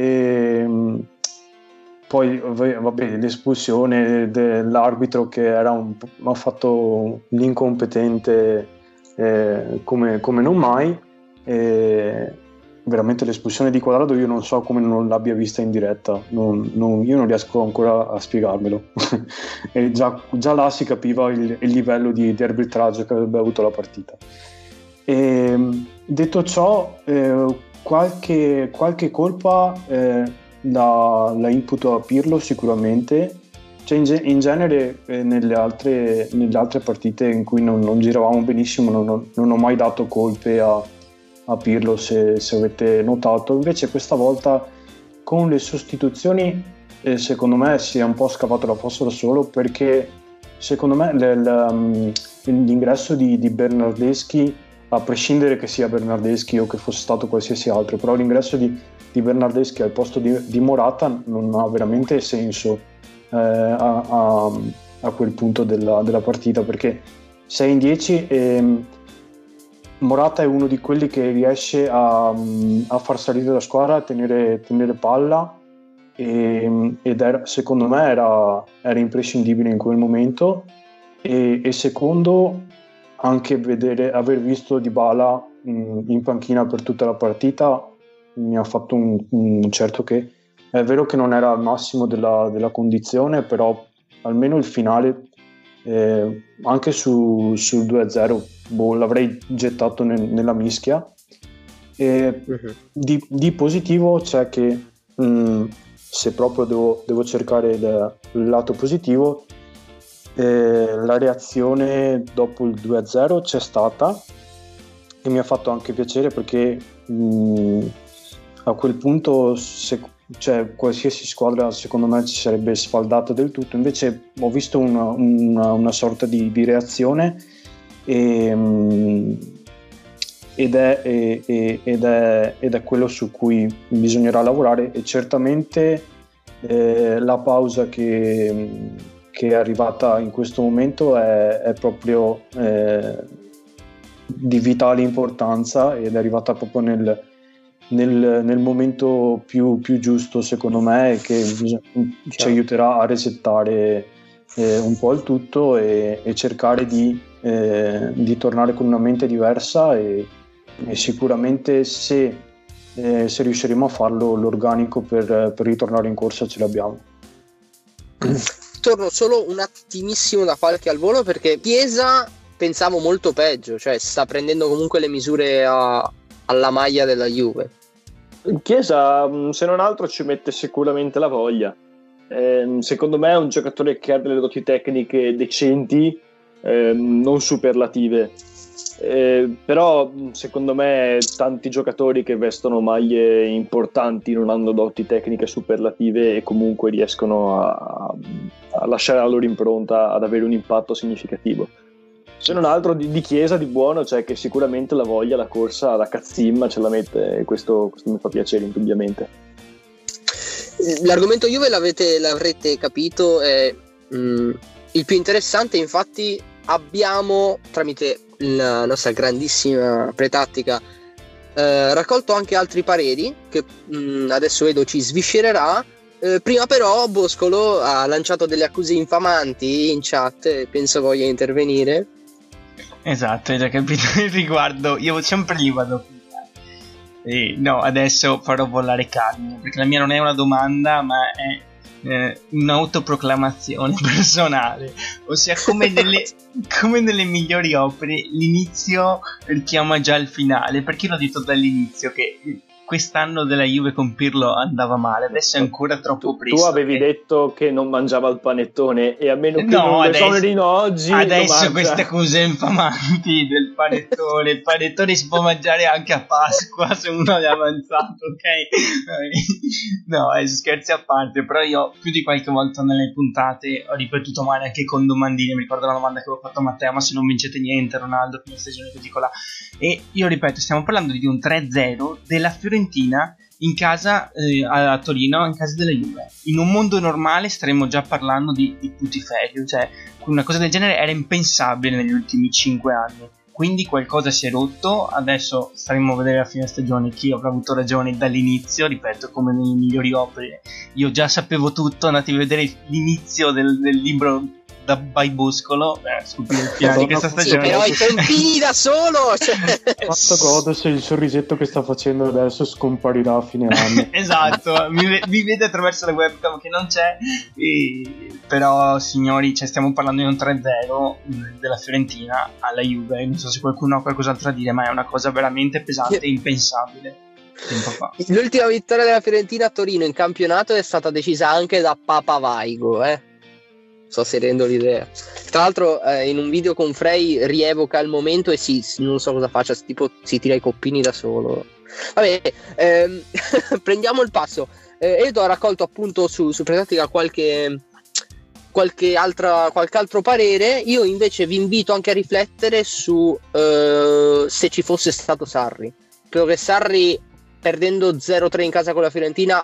Poi vabbè, l'espulsione dell'arbitro che ha fatto l'incompetente come non mai, veramente l'espulsione di Quadrado io non so come non l'abbia vista in diretta, io non riesco ancora a spiegarmelo. E già là si capiva il livello di arbitraggio che avrebbe avuto la partita. E, detto ciò, qualche colpa la imputo a Pirlo sicuramente. Cioè in genere nelle altre partite in cui non giravamo benissimo non ho mai dato colpe a Pirlo, se avete notato. Invece questa volta con le sostituzioni secondo me si è un po' scavato la fossa da solo, perché secondo me l'ingresso di Bernardeschi, a prescindere che sia Bernardeschi o che fosse stato qualsiasi altro, però l'ingresso di Bernardeschi al posto di Morata non ha veramente senso a quel punto della partita, perché 6 in 10 Morata è uno di quelli che riesce a far salire la squadra, a tenere palla, ed secondo me era imprescindibile in quel momento. E secondo, anche aver visto Dybala in panchina per tutta la partita mi ha fatto un certo che. È vero che non era al massimo della condizione, però almeno il finale, anche sul 2-0, l'avrei gettato nella mischia. Di positivo c'è che, se proprio devo cercare il lato positivo, la reazione dopo il 2-0 c'è stata, e mi ha fatto anche piacere, perché a quel punto qualsiasi squadra secondo me ci sarebbe sfaldata del tutto. Invece ho visto una sorta di reazione, ed è quello su cui bisognerà lavorare. E certamente la pausa che è arrivata in questo momento è proprio di vitale importanza, ed è arrivata proprio nel momento più giusto, secondo me, e che ci aiuterà a resettare un po' il tutto, e cercare di tornare con una mente diversa, e sicuramente se riusciremo a farlo, l'organico per ritornare in corsa ce l'abbiamo. Torno solo un attimissimo da qualche al volo, perché Chiesa pensavo molto peggio, cioè sta prendendo comunque le misure alla maglia della Juve. Chiesa, se non altro, ci mette sicuramente la voglia. Secondo me è un giocatore che ha delle doti tecniche decenti, non superlative, però secondo me tanti giocatori che vestono maglie importanti non hanno doti tecniche superlative, e comunque riescono a lasciare la loro impronta, ad avere un impatto significativo. Se non altro di Chiesa di buono c'è che sicuramente la voglia, la corsa, la cazzimma ce la mette, e questo mi fa piacere indubbiamente. L'argomento Juve l'avrete capito, è il più interessante. Infatti abbiamo, tramite la nostra grandissima pretattica, raccolto anche altri pareri che adesso vedo ci sviscererà. Prima però Boscolo ha lanciato delle accuse infamanti in chat e penso voglia intervenire. Esatto, hai già capito il riguardo. Io sempre lì vado. No, adesso farò volare Carmine, perché la mia non è una domanda, ma è un'autoproclamazione personale. Ossia, come nelle migliori opere, l'inizio richiama già il finale. Perché l'ho detto dall'inizio che quest'anno della Juve con Pirlo andava male, adesso è ancora troppo presto. Tu avevi detto che non mangiava il panettone, e a meno che non lo esonerino oggi, adesso queste accuse infamanti del panettone. Il panettone si può mangiare anche a Pasqua se uno è avanzato, ok? No, scherzi a parte, però io più di qualche volta nelle puntate ho ripetuto male anche con domandine. Mi ricordo la domanda che avevo fatto a Matteo: ma se non vincete niente, Ronaldo, fine stagione così colà. E io ripeto, stiamo parlando di un 3-0 della Fiorentina in casa a Torino, in casa della Juve. In un mondo normale staremmo già parlando di putiferio, cioè una cosa del genere era impensabile negli ultimi 5 anni. Quindi qualcosa si è rotto. Adesso staremo a vedere a fine stagione chi avrà avuto ragione dall'inizio. Ripeto, come nelle migliori opere, io già sapevo tutto. Andate a vedere l'inizio del libro da Baibuscolo scoprire il finale di questa stagione. Però i tempini da solo, Quanto godo se il sorrisetto che sta facendo adesso scomparirà a fine anno. Esatto, mi vede attraverso la webcam che non c'è, però signori, stiamo parlando di un 3-0 della Fiorentina alla Juve. Non so se qualcuno ha qualcos'altro da dire, ma è una cosa veramente pesante e impensabile tempo fa. L'ultima vittoria della Fiorentina a Torino in campionato è stata decisa anche da Papa Vaigo, sto serendo l'idea. Tra l'altro in un video con Frey rievoca il momento e non so cosa faccia, tipo si tira i coppini da solo. Vabbè, prendiamo il passo. Edo ha raccolto appunto su Pretattica qualche altro parere. Io invece vi invito anche a riflettere su se ci fosse stato Sarri. Credo che Sarri, perdendo 0-3 in casa con la Fiorentina,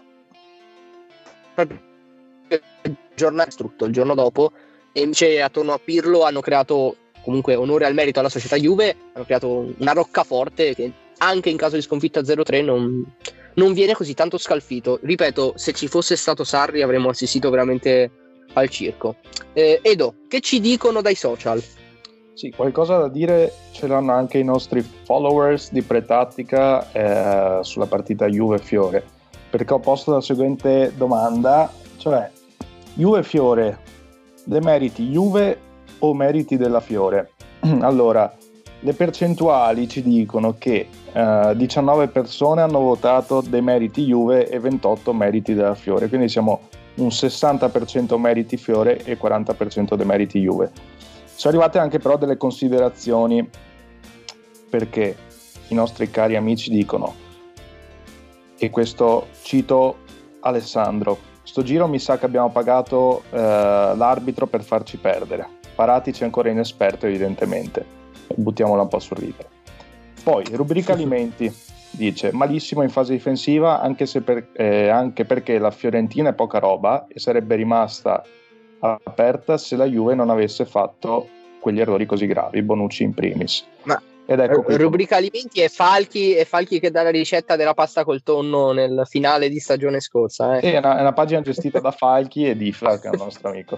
distrutto il giorno dopo, e invece attorno a Pirlo hanno creato, comunque onore al merito alla società Juve, hanno creato una roccaforte che anche in caso di sconfitta 0-3 non viene così tanto scalfito. Ripeto, se ci fosse stato Sarri avremmo assistito veramente al circo. Edo, che ci dicono dai social? Sì, qualcosa da dire ce l'hanno anche i nostri followers di Pretattica sulla partita Juve-Fiore, perché ho posto la seguente domanda, cioè Juve-Fiore, demeriti Juve o meriti della Fiore? Allora, le percentuali ci dicono che 19 persone hanno votato demeriti Juve e 28 meriti della Fiore, quindi siamo un 60% meriti Fiore e 40% demeriti Juve. Sono arrivate anche però delle considerazioni, perché i nostri cari amici dicono, e questo cito Alessandro: sto giro mi sa che abbiamo pagato l'arbitro per farci perdere. Paratici è ancora inesperto evidentemente, buttiamola un po' sul ridere. Poi rubrica alimenti dice malissimo in fase difensiva, anche perché la Fiorentina è poca roba e sarebbe rimasta aperta se la Juve non avesse fatto quegli errori così gravi, Bonucci in primis. Ma ed ecco qui rubrica alimenti è Falchi che dà la ricetta della pasta col tonno nel finale di stagione scorsa. È una pagina gestita da Falchi e Difla, che è un nostro amico.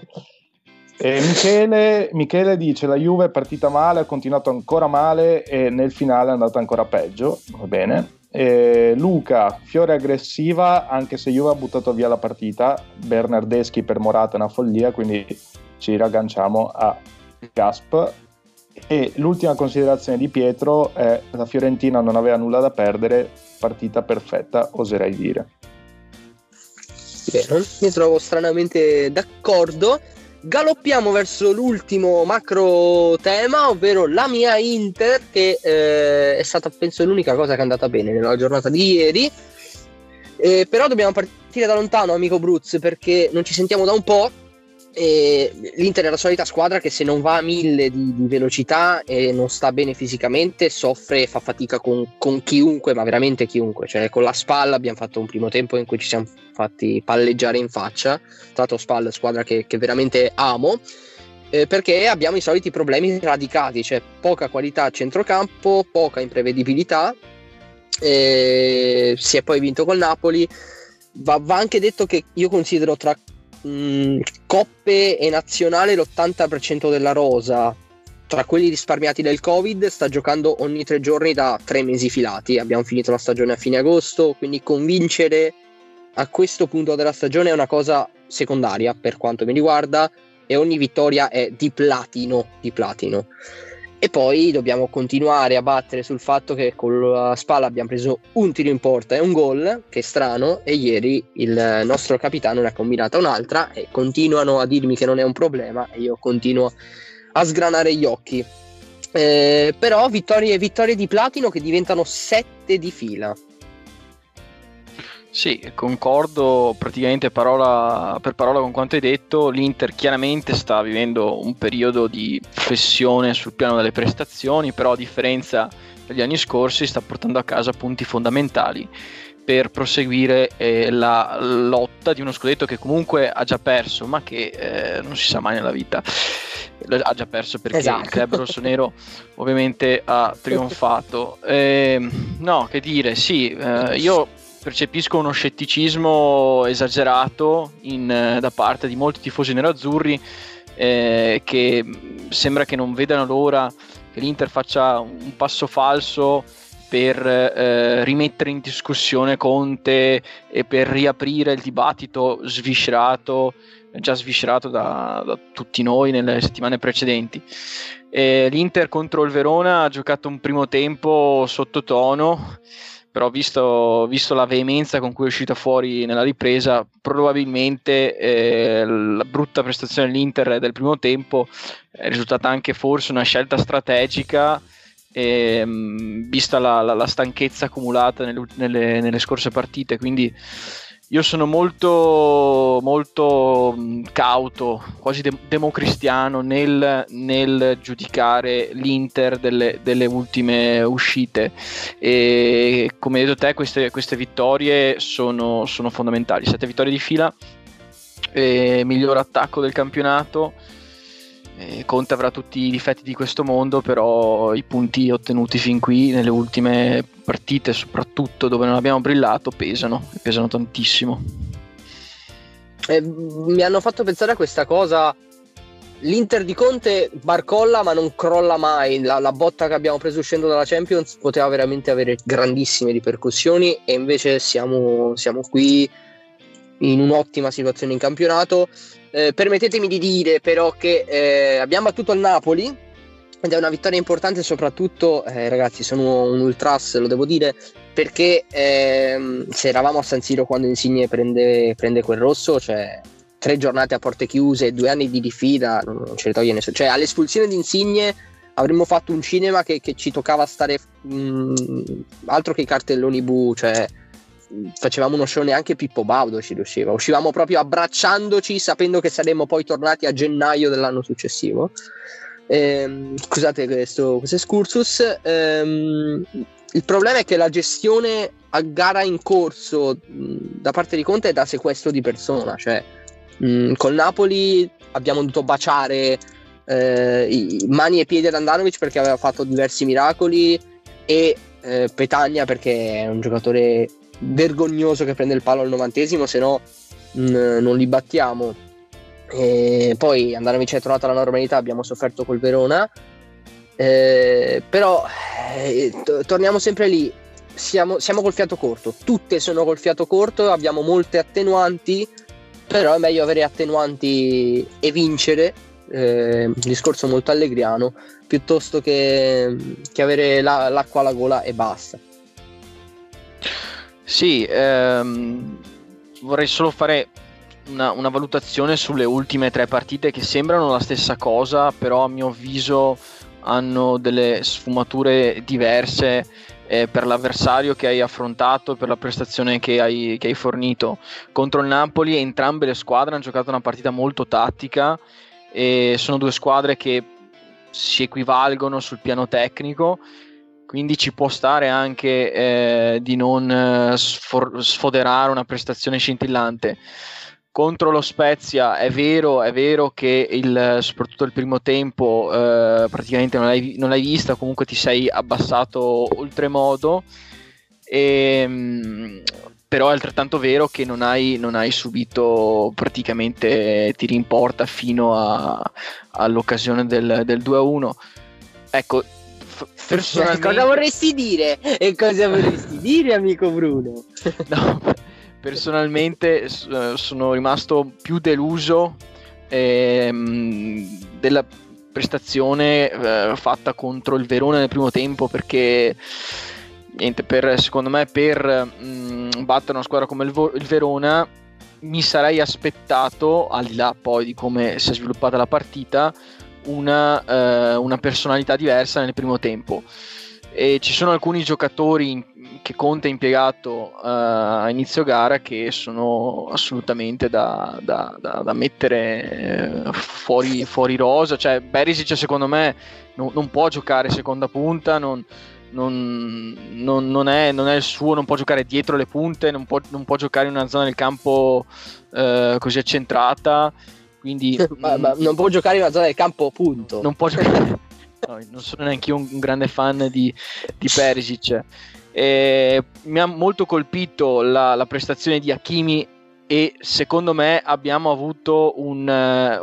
E Michele dice la Juve è partita male, ha continuato ancora male e nel finale è andata ancora peggio. Va bene. Luca, Fiore aggressiva anche se Juve ha buttato via la partita. Bernardeschi per Morata è una follia, quindi ci ragganciamo a Gasp. E l'ultima considerazione di Pietro è la Fiorentina non aveva nulla da perdere, partita perfetta oserei dire. Bene, mi trovo stranamente d'accordo. Galoppiamo verso l'ultimo macro tema, ovvero la mia Inter, che è stata penso l'unica cosa che è andata bene nella giornata di ieri. Però dobbiamo partire da lontano, amico Bruz, perché non ci sentiamo da un po'. L'Inter è la solita squadra che se non va a 1000 di velocità e non sta bene fisicamente soffre e fa fatica con chiunque, ma veramente chiunque. Cioè con la Spal abbiamo fatto un primo tempo in cui ci siamo fatti palleggiare in faccia. Tra l'altro Spal, squadra che veramente amo, perché abbiamo i soliti problemi radicati, cioè poca qualità a centrocampo, poca imprevedibilità. Si è poi vinto col Napoli. Va anche detto che io considero tra coppe e nazionale l'80% della rosa, tra quelli risparmiati del Covid, sta giocando ogni 3 giorni da 3 mesi filati. Abbiamo finito la stagione a fine agosto, quindi convincere a questo punto della stagione è una cosa secondaria per quanto mi riguarda, e ogni vittoria è di platino. E poi dobbiamo continuare a battere sul fatto che con la Spalla abbiamo preso un tiro in porta e un gol, che è strano, e ieri il nostro capitano ne ha combinata un'altra e continuano a dirmi che non è un problema e io continuo a sgranare gli occhi. Però vittorie di platino che diventano 7 di fila. Sì, concordo praticamente parola per parola con quanto hai detto. L'Inter chiaramente sta vivendo un periodo di flessione sul piano delle prestazioni, però a differenza degli anni scorsi sta portando a casa punti fondamentali per proseguire la lotta di uno scudetto che comunque ha già perso, ma che non si sa mai nella vita. Ha già perso perché il club rossonero ovviamente ha trionfato. No, che dire, sì, io percepisco uno scetticismo esagerato da parte di molti tifosi nerazzurri che sembra che non vedano l'ora che l'Inter faccia un passo falso per rimettere in discussione Conte e per riaprire il dibattito già sviscerato da tutti noi nelle settimane precedenti. L'Inter contro il Verona ha giocato un primo tempo sottotono, però visto la veemenza con cui è uscita fuori nella ripresa, probabilmente la brutta prestazione dell'Inter del primo tempo è risultata anche forse una scelta strategica, vista la stanchezza accumulata nelle scorse partite. Quindi io sono molto molto cauto, quasi democristiano nel giudicare l'Inter delle ultime uscite, e come hai detto te queste vittorie sono fondamentali. 7 vittorie di fila, miglior attacco del campionato. Conte avrà tutti i difetti di questo mondo, però i punti ottenuti fin qui nelle ultime partite, soprattutto dove non abbiamo brillato, pesano tantissimo. Mi hanno fatto pensare a questa cosa: l'Inter di Conte barcolla ma non crolla mai. La botta che abbiamo preso uscendo dalla Champions poteva veramente avere grandissime ripercussioni, e invece siamo qui in un'ottima situazione in campionato. Permettetemi di dire però che abbiamo battuto il Napoli, ed è una vittoria importante, soprattutto ragazzi, sono un ultras, lo devo dire, perché se eravamo a San Siro quando Insigne prende quel rosso, cioè 3 giornate a porte chiuse, 2 anni di diffida, non ce ne toglie nessuno. Cioè all'espulsione di Insigne avremmo fatto un cinema che ci toccava stare altro che i cartelloni bu, cioè facevamo uno show, neanche Pippo Baudo ci riusciva, uscivamo proprio abbracciandoci sapendo che saremmo poi tornati a gennaio dell'anno successivo. Scusate questo excursus. Il problema è che la gestione a gara in corso da parte di Conte è da sequestro di persona, cioè col Napoli abbiamo dovuto baciare mani e piedi ad Andanovic perché aveva fatto diversi miracoli, e Petagna perché è un giocatore vergognoso che prende il palo al 90esimo, se no non li battiamo. E poi Andanovic è tornato alla normalità, abbiamo sofferto col Verona, però torniamo sempre lì, siamo col fiato corto, tutte sono col fiato corto, abbiamo molte attenuanti, però è meglio avere attenuanti e vincere, discorso molto allegriano, piuttosto che avere l'acqua alla gola e basta. Sì, vorrei solo fare una valutazione sulle ultime 3 partite che sembrano la stessa cosa, però a mio avviso hanno delle sfumature diverse per l'avversario che hai affrontato, per la prestazione che hai fornito. Contro il Napoli entrambe le squadre hanno giocato una partita molto tattica, e sono 2 squadre che si equivalgono sul piano tecnico, quindi ci può stare anche di non sfoderare una prestazione scintillante. Contro lo Spezia è vero che soprattutto il primo tempo praticamente non l'hai vista, comunque ti sei abbassato oltremodo, però è altrettanto vero che non hai subito praticamente tiri in porta fino all'occasione del 2-1. Ecco, personalmente... Cosa vorresti dire? E cosa vorresti dire, amico Bruno? No, personalmente sono rimasto più deluso della prestazione fatta contro il Verona nel primo tempo, perché niente, secondo me per battere una squadra come il Verona mi sarei aspettato, al di là poi di come si è sviluppata la partita, una personalità diversa nel primo tempo. E ci sono alcuni giocatori che Conte ha impiegato a inizio gara che sono assolutamente da mettere fuori rosa. Cioè Perisic secondo me non può giocare seconda punta, non è il suo, non può giocare dietro le punte, non può giocare in una zona del campo così accentrata, quindi ma non può giocare in una zona del campo, punto. Non può giocare. No, non sono neanche io un grande fan di Perisic. Mi ha molto colpito la prestazione di Hakimi e secondo me abbiamo avuto una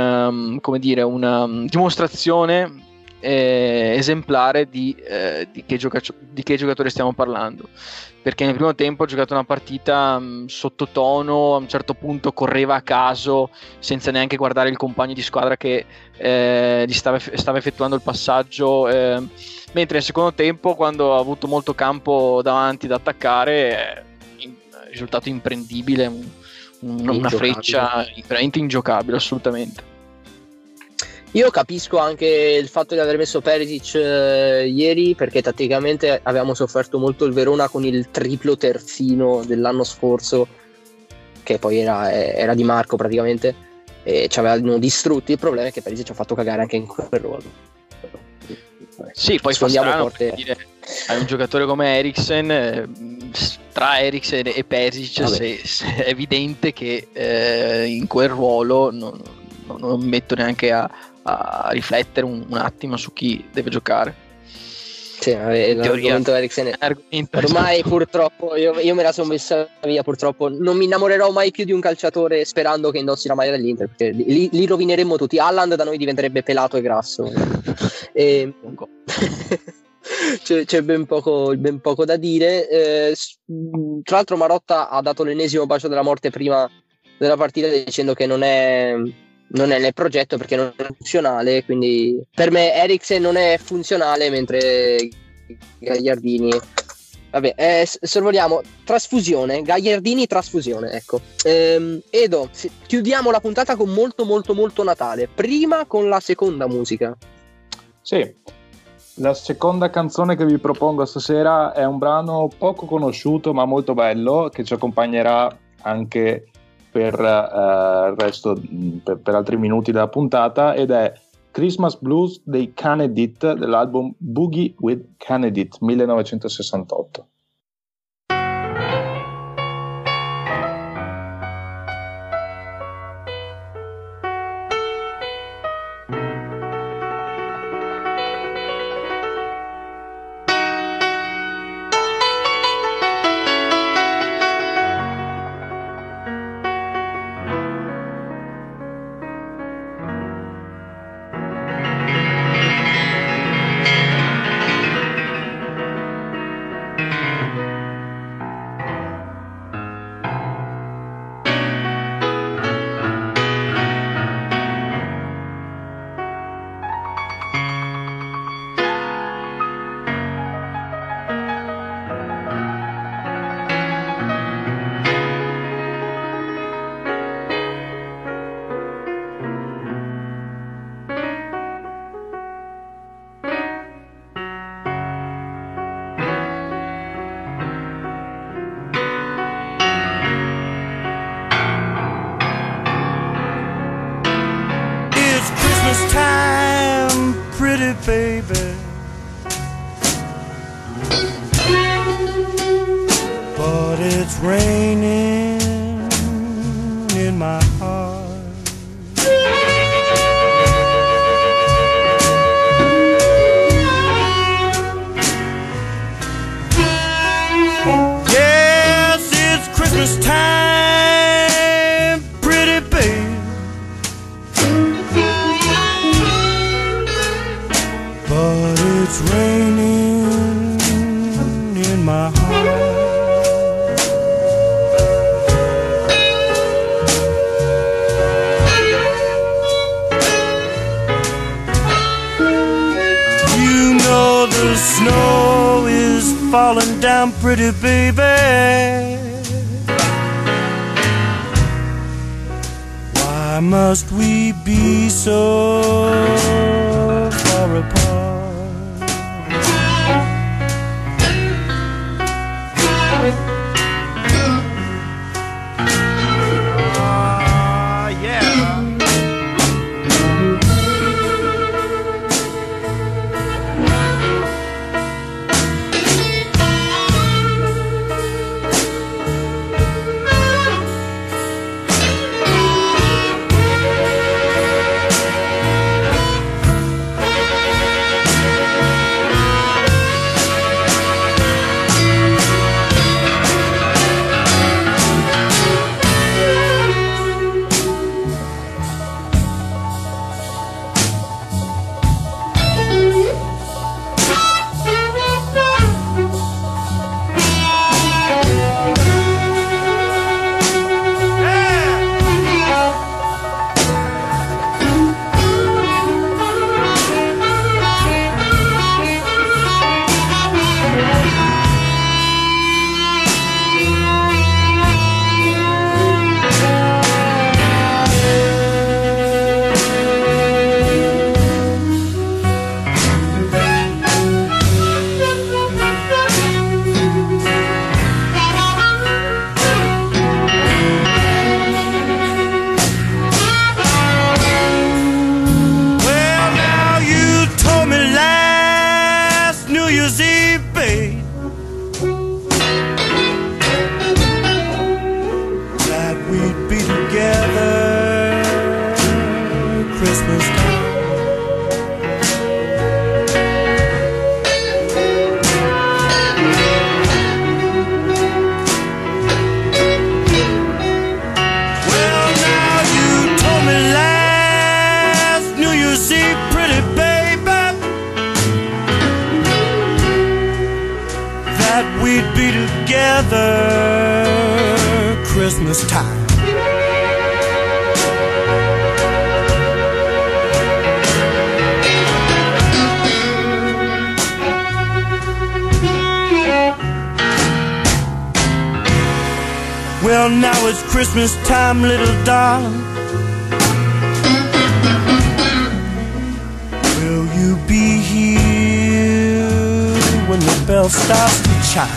dimostrazione esemplare di che giocatore stiamo parlando, perché nel primo tempo ha giocato una partita sottotono, a un certo punto correva a caso senza neanche guardare il compagno di squadra che gli stava effettuando il passaggio, mentre nel secondo tempo, quando ha avuto molto campo davanti da attaccare, risultato imprendibile, una freccia veramente ingiocabile, assolutamente. Io capisco anche il fatto di aver messo Perisic ieri, perché tatticamente avevamo sofferto molto il Verona con il triplo terzino dell'anno scorso, che poi era Di Marco praticamente, e ci avevano distrutti. Il problema è che Perisic ci ha fatto cagare anche in quel ruolo. Sì, poi fa strano dire, hai un giocatore come Eriksen, tra Eriksen e Perisic se è evidente che in quel ruolo non metto neanche a riflettere un attimo su chi deve giocare. Sì, l'argomento Eriksen ormai purtroppo io me la sono messa via, purtroppo non mi innamorerò mai più di un calciatore sperando che indossi la maglia dell'Inter, perché li rovineremmo tutti. Haaland da noi diventerebbe pelato e grasso e c'è ben poco da dire. Tra l'altro Marotta ha dato l'ennesimo bacio della morte prima della partita, dicendo che non è nel progetto perché non è funzionale, quindi per me Eriksen non è funzionale, mentre Gagliardini sorvoliamo Gagliardini trasfusione, ecco. Edo, chiudiamo la puntata con molto molto molto Natale, prima con la seconda musica. Sì, la seconda canzone che vi propongo stasera è un brano poco conosciuto ma molto bello, che ci accompagnerà anche per il resto, per altri minuti della puntata, ed è Christmas Blues dei Canedit, dell'album Boogie with Canedit 1968. Baby, but it's raining in my heart. Yes, it's Christmas time, pretty baby. But it's raining in my heart. You know the snow is falling down, pretty baby. Why must we be so far apart? Year's Eve, babe, that we'd be together Christmas time. We'd be together Christmas time. Well, now it's Christmas time, little darling. Will you be here when the bell starts to chime?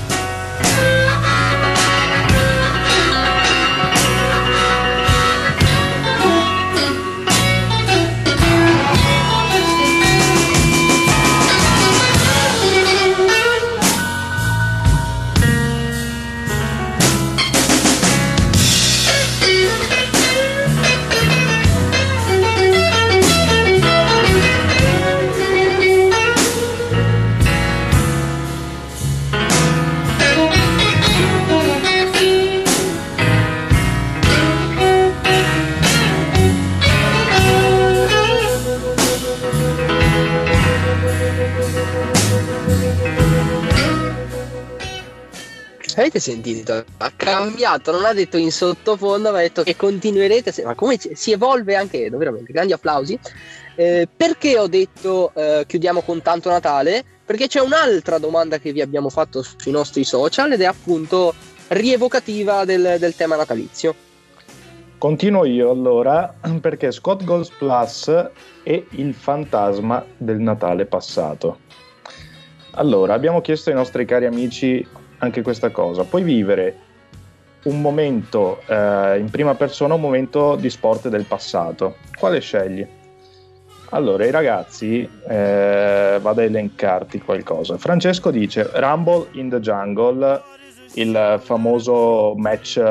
Avete sentito? Ha cambiato, non ha detto in sottofondo, ma ha detto che continuerete. Ma come si evolve anche, veramente, grandi applausi. Perché ho detto chiudiamo con tanto Natale? Perché c'è un'altra domanda che vi abbiamo fatto sui nostri social ed è appunto rievocativa del tema natalizio. Continuo io allora, perché Scott Goes Plus è il fantasma del Natale passato. Allora, abbiamo chiesto ai nostri cari amici anche questa cosa. Puoi vivere un momento in prima persona, un momento di sport del passato. Quale scegli? Allora, i ragazzi, vado a elencarti qualcosa. Francesco dice Rumble in the Jungle, il famoso match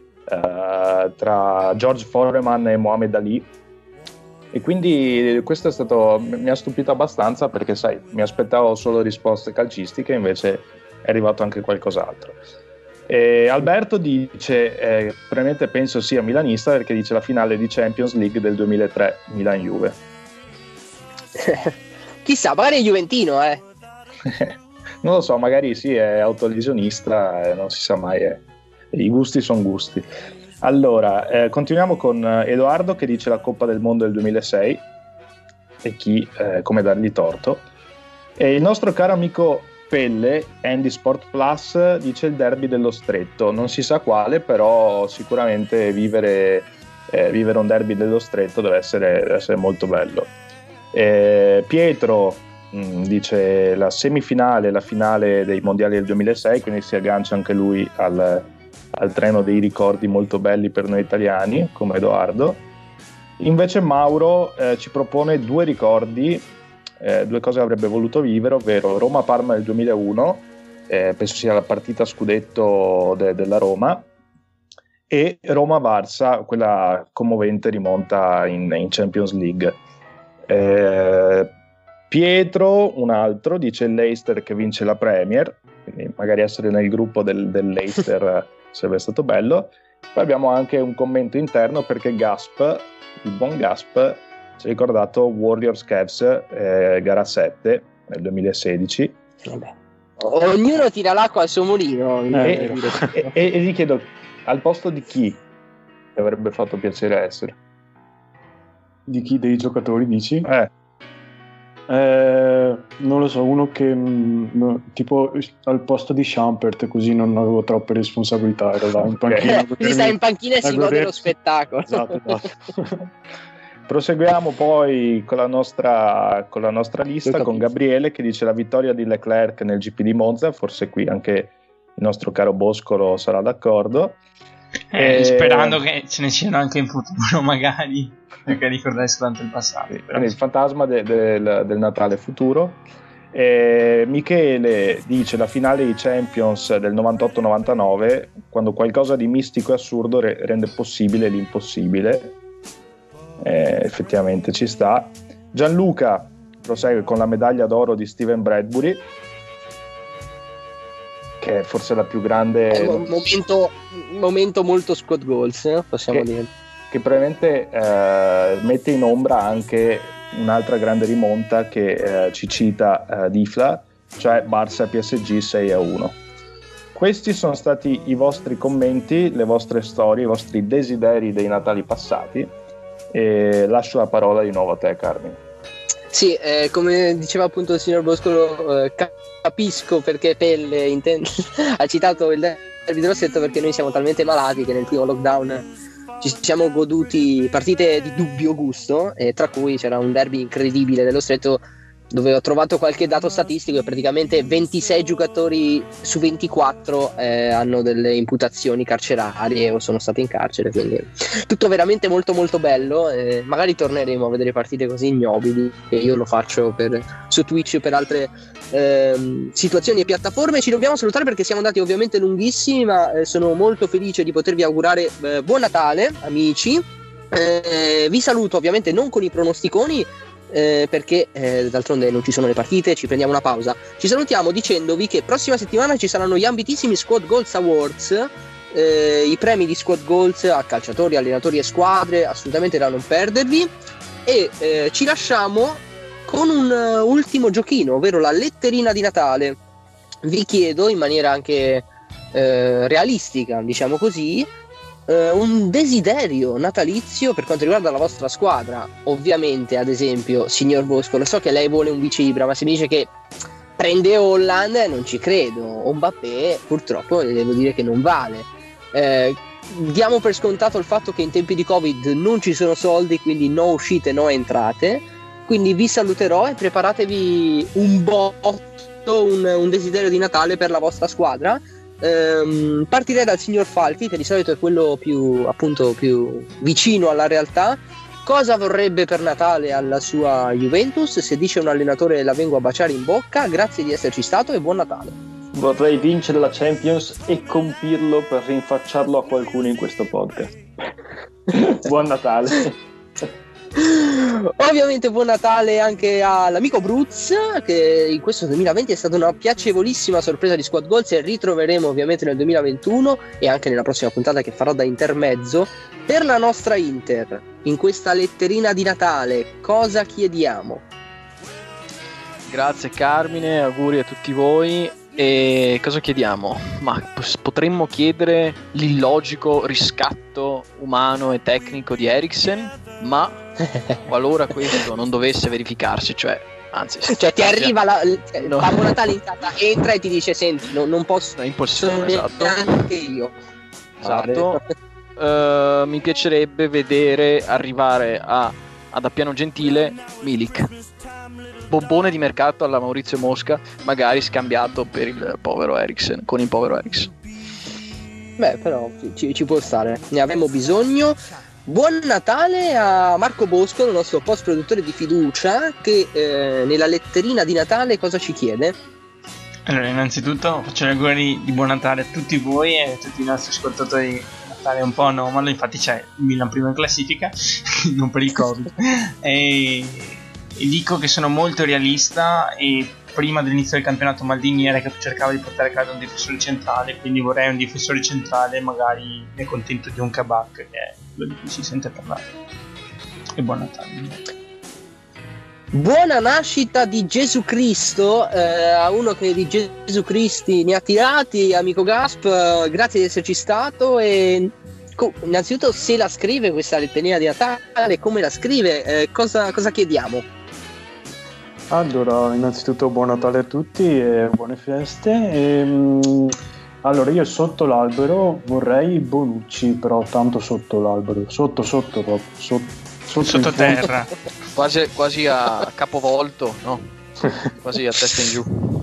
tra George Foreman e Muhammad Ali. E quindi questo è stato, mi ha stupito abbastanza, perché sai, mi aspettavo solo risposte calcistiche, invece è arrivato anche qualcos'altro. E Alberto dice probabilmente penso sia milanista, perché dice la finale di Champions League del 2003 Milan-Juve. Chissà, magari è juventino, Non lo so, magari sì, è autolesionista, non si sa mai, i gusti sono gusti. Allora, continuiamo con Edoardo che dice la Coppa del Mondo del 2006 e come dargli torto. E il nostro caro amico Pelle, Andy Sport Plus, dice il derby dello Stretto. Non si sa quale, però sicuramente vivere un derby dello Stretto deve essere molto bello. Pietro dice la semifinale, la finale dei mondiali del 2006, quindi si aggancia anche lui al treno dei ricordi molto belli per noi italiani, come Edoardo. Invece Mauro ci propone due ricordi, due cose che avrebbe voluto vivere, ovvero Roma-Parma del 2001, penso sia la partita scudetto della Roma, e Roma-Barça, quella commovente rimonta in Champions League. Pietro, un altro, dice il Leicester che vince la Premier, quindi magari essere nel gruppo del Leicester sarebbe stato bello. Poi abbiamo anche un commento interno, perché Gasp, il buon Gasp, ci ha ricordato Warriors Cavs gara 7 nel 2016. Vabbè. Ognuno tira l'acqua al suo mulino. E gli chiedo, al posto di chi ti avrebbe fatto piacere essere? Di chi? Dei giocatori, dici? Non lo so, uno che tipo al posto di Schampert, così non avevo troppe responsabilità, ero là in panchina. Quindi sta in panchina e si gode lo spettacolo. Esatto. Proseguiamo poi con la nostra lista, con Gabriele che dice la vittoria di Leclerc nel GP di Monza. Forse qui anche il nostro caro Boscolo sarà d'accordo. Sperando che ce ne siano anche in futuro, magari, perché ricordare soltanto il passato. Quindi il fantasma del Natale futuro. Michele dice la finale di Champions del 98-99, quando qualcosa di mistico e assurdo rende possibile l'impossibile. Effettivamente ci sta. Gianluca prosegue con la medaglia d'oro di Steven Bradbury, che è forse la più grande momento molto Squad Goals, possiamo dire, che probabilmente mette in ombra anche un'altra grande rimonta che ci cita Difla, cioè Barça PSG 6-1. Questi sono stati i vostri commenti, le vostre storie, i vostri desideri dei Natali passati, e lascio la parola di nuovo a te, Carmine. Sì, come diceva appunto il signor Boscolo, capisco perché Pelle ha citato il derby dello Stretto, perché noi siamo talmente malati che nel primo lockdown ci siamo goduti partite di dubbio gusto, tra cui c'era un derby incredibile dello Stretto dove ho trovato qualche dato statistico e praticamente 26 giocatori su 24 hanno delle imputazioni carcerarie o sono stati in carcere, quindi tutto veramente molto molto bello. Magari torneremo a vedere partite così ignobili, e io lo faccio su Twitch e per altre situazioni e piattaforme. Ci dobbiamo salutare perché siamo andati ovviamente lunghissimi, ma sono molto felice di potervi augurare buon Natale, amici. Vi saluto ovviamente non con i pronosticoni, perché d'altronde non ci sono le partite, ci prendiamo una pausa. Ci salutiamo dicendovi che prossima settimana ci saranno gli ambitissimi Squad Goals Awards, i premi di Squad Goals a calciatori, allenatori e squadre, assolutamente da non perdervi. E ci lasciamo con un ultimo giochino, ovvero la letterina di Natale. Vi chiedo in maniera anche realistica, diciamo così, un desiderio natalizio per quanto riguarda la vostra squadra. Ovviamente, ad esempio, signor Bosco, lo so che lei vuole un vice Ibra, ma se mi dice che prende Holland non ci credo, o Mbappé purtroppo le devo dire che non vale. Diamo per scontato il fatto che in tempi di Covid non ci sono soldi, quindi no uscite, no entrate, quindi vi saluterò e preparatevi un botto, un desiderio di Natale per la vostra squadra. Partirei dal signor Falchi, che di solito è quello più vicino alla realtà. Cosa vorrebbe per Natale alla sua Juventus? Se dice un allenatore la vengo a baciare in bocca. Grazie di esserci stato e buon Natale. Vorrei vincere la Champions e compirlo per rinfacciarlo a qualcuno in questo podcast. Buon Natale. Ovviamente buon Natale anche all'amico Bruz, che in questo 2020 è stata una piacevolissima sorpresa di Squad Goals, e ritroveremo ovviamente nel 2021 e anche nella prossima puntata che farò da intermezzo per la nostra Inter. In questa letterina di Natale cosa chiediamo? Grazie Carmine, auguri a tutti voi. E cosa chiediamo? Ma potremmo chiedere l'illogico riscatto umano e tecnico di Eriksen, ma qualora questo non dovesse verificarsi, cioè ti arriva Babbo Natale in casa, entra e ti dice senti, non posso, è impossibile, esatto. Neanche io, esatto. Mi piacerebbe vedere arrivare ad Appiano Gentile Milik, bombone di mercato alla Maurizio Mosca, magari scambiato per il povero Eriksen, con il povero Eriksen. Beh, però ci può stare, ne avremo bisogno. Buon Natale a Marco Bosco, il nostro post produttore di fiducia, che nella letterina di Natale cosa ci chiede? Allora, innanzitutto faccio gli auguri di buon Natale a tutti voi e a tutti i nostri ascoltatori. Natale è un po' anomalo, infatti c'è il Milan primo in classifica, non per il Covid. E dico che sono molto realista, e prima dell'inizio del campionato Maldini era che cercava di portare a casa un difensore centrale, quindi vorrei un difensore centrale, magari mi accontento di un Kabak, che è quello di cui si sente parlare. E buon Natale. Buona nascita di Gesù Cristo, a uno che di Gesù Cristi ne ha tirati, amico Gasp, grazie di esserci stato. E innanzitutto, se la scrive questa letterina di Natale, come la scrive, cosa chiediamo? Allora, innanzitutto buon Natale a tutti e buone feste. Allora, io sotto l'albero vorrei Bonucci, però tanto sotto l'albero, sotto proprio, sotto terra, quasi a capovolto, no? Quasi a testa in giù.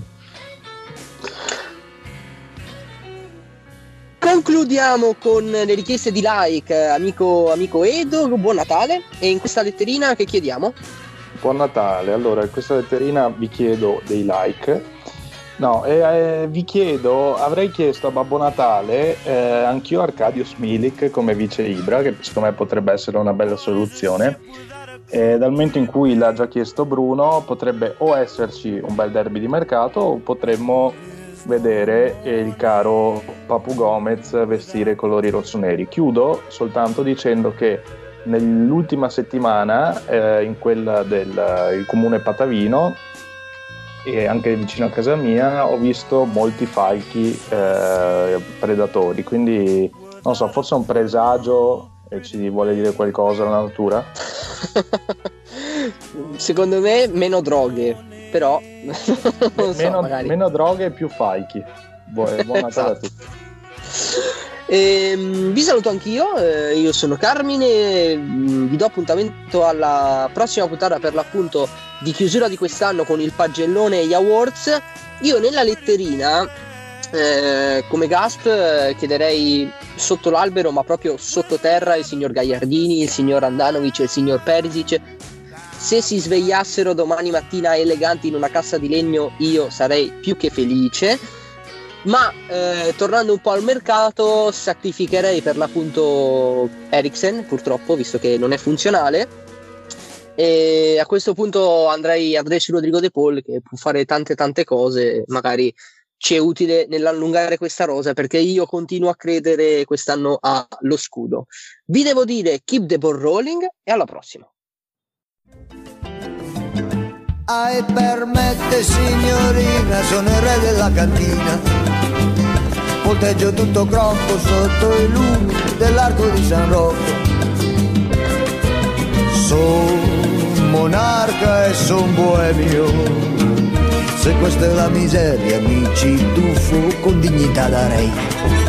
Concludiamo con le richieste di like, amico Edo, buon Natale. E in questa letterina che chiediamo? Buon Natale. Allora, in questa letterina vi chiedo dei like. No, vi chiedo, avrei chiesto a Babbo Natale anch'io Arkadiusz Milik come vice Ibra, che secondo me potrebbe essere una bella soluzione. Dal momento in cui l'ha già chiesto Bruno, potrebbe o esserci un bel derby di mercato o potremmo vedere il caro Papu Gomez vestire i colori rossoneri. Chiudo soltanto dicendo che nell'ultima settimana in quella del comune Patavino e anche vicino a casa mia ho visto molti falchi predatori, quindi non so, forse è un presagio e ci vuole dire qualcosa la natura. Secondo me meno droghe, però meno droghe e più falchi. Buon Natale a tutti. Vi saluto anch'io, io sono Carmine, vi do appuntamento alla prossima puntata per l'appunto di chiusura di quest'anno con il pagellone e gli awards. Io nella letterina come Gasp chiederei sotto l'albero, ma proprio sottoterra, il signor Gagliardini, il signor Andanovic e il signor Perisic. Se si svegliassero domani mattina eleganti in una cassa di legno, io sarei più che felice. Ma tornando un po' al mercato, sacrificherei per l'appunto Eriksen, purtroppo, visto che non è funzionale. E a questo punto andrei su Rodrigo De Paul, che può fare tante cose, magari ci è utile nell'allungare questa rosa, perché io continuo a credere quest'anno allo scudo. Vi devo dire keep the ball rolling e alla prossima. Permette signorina, sono il re della cantina, volteggio tutto crocco sotto i lumi dell'arco di San Rocco. Son monarca e son boemio, se questa è la miseria mi ci tuffo con dignità da re.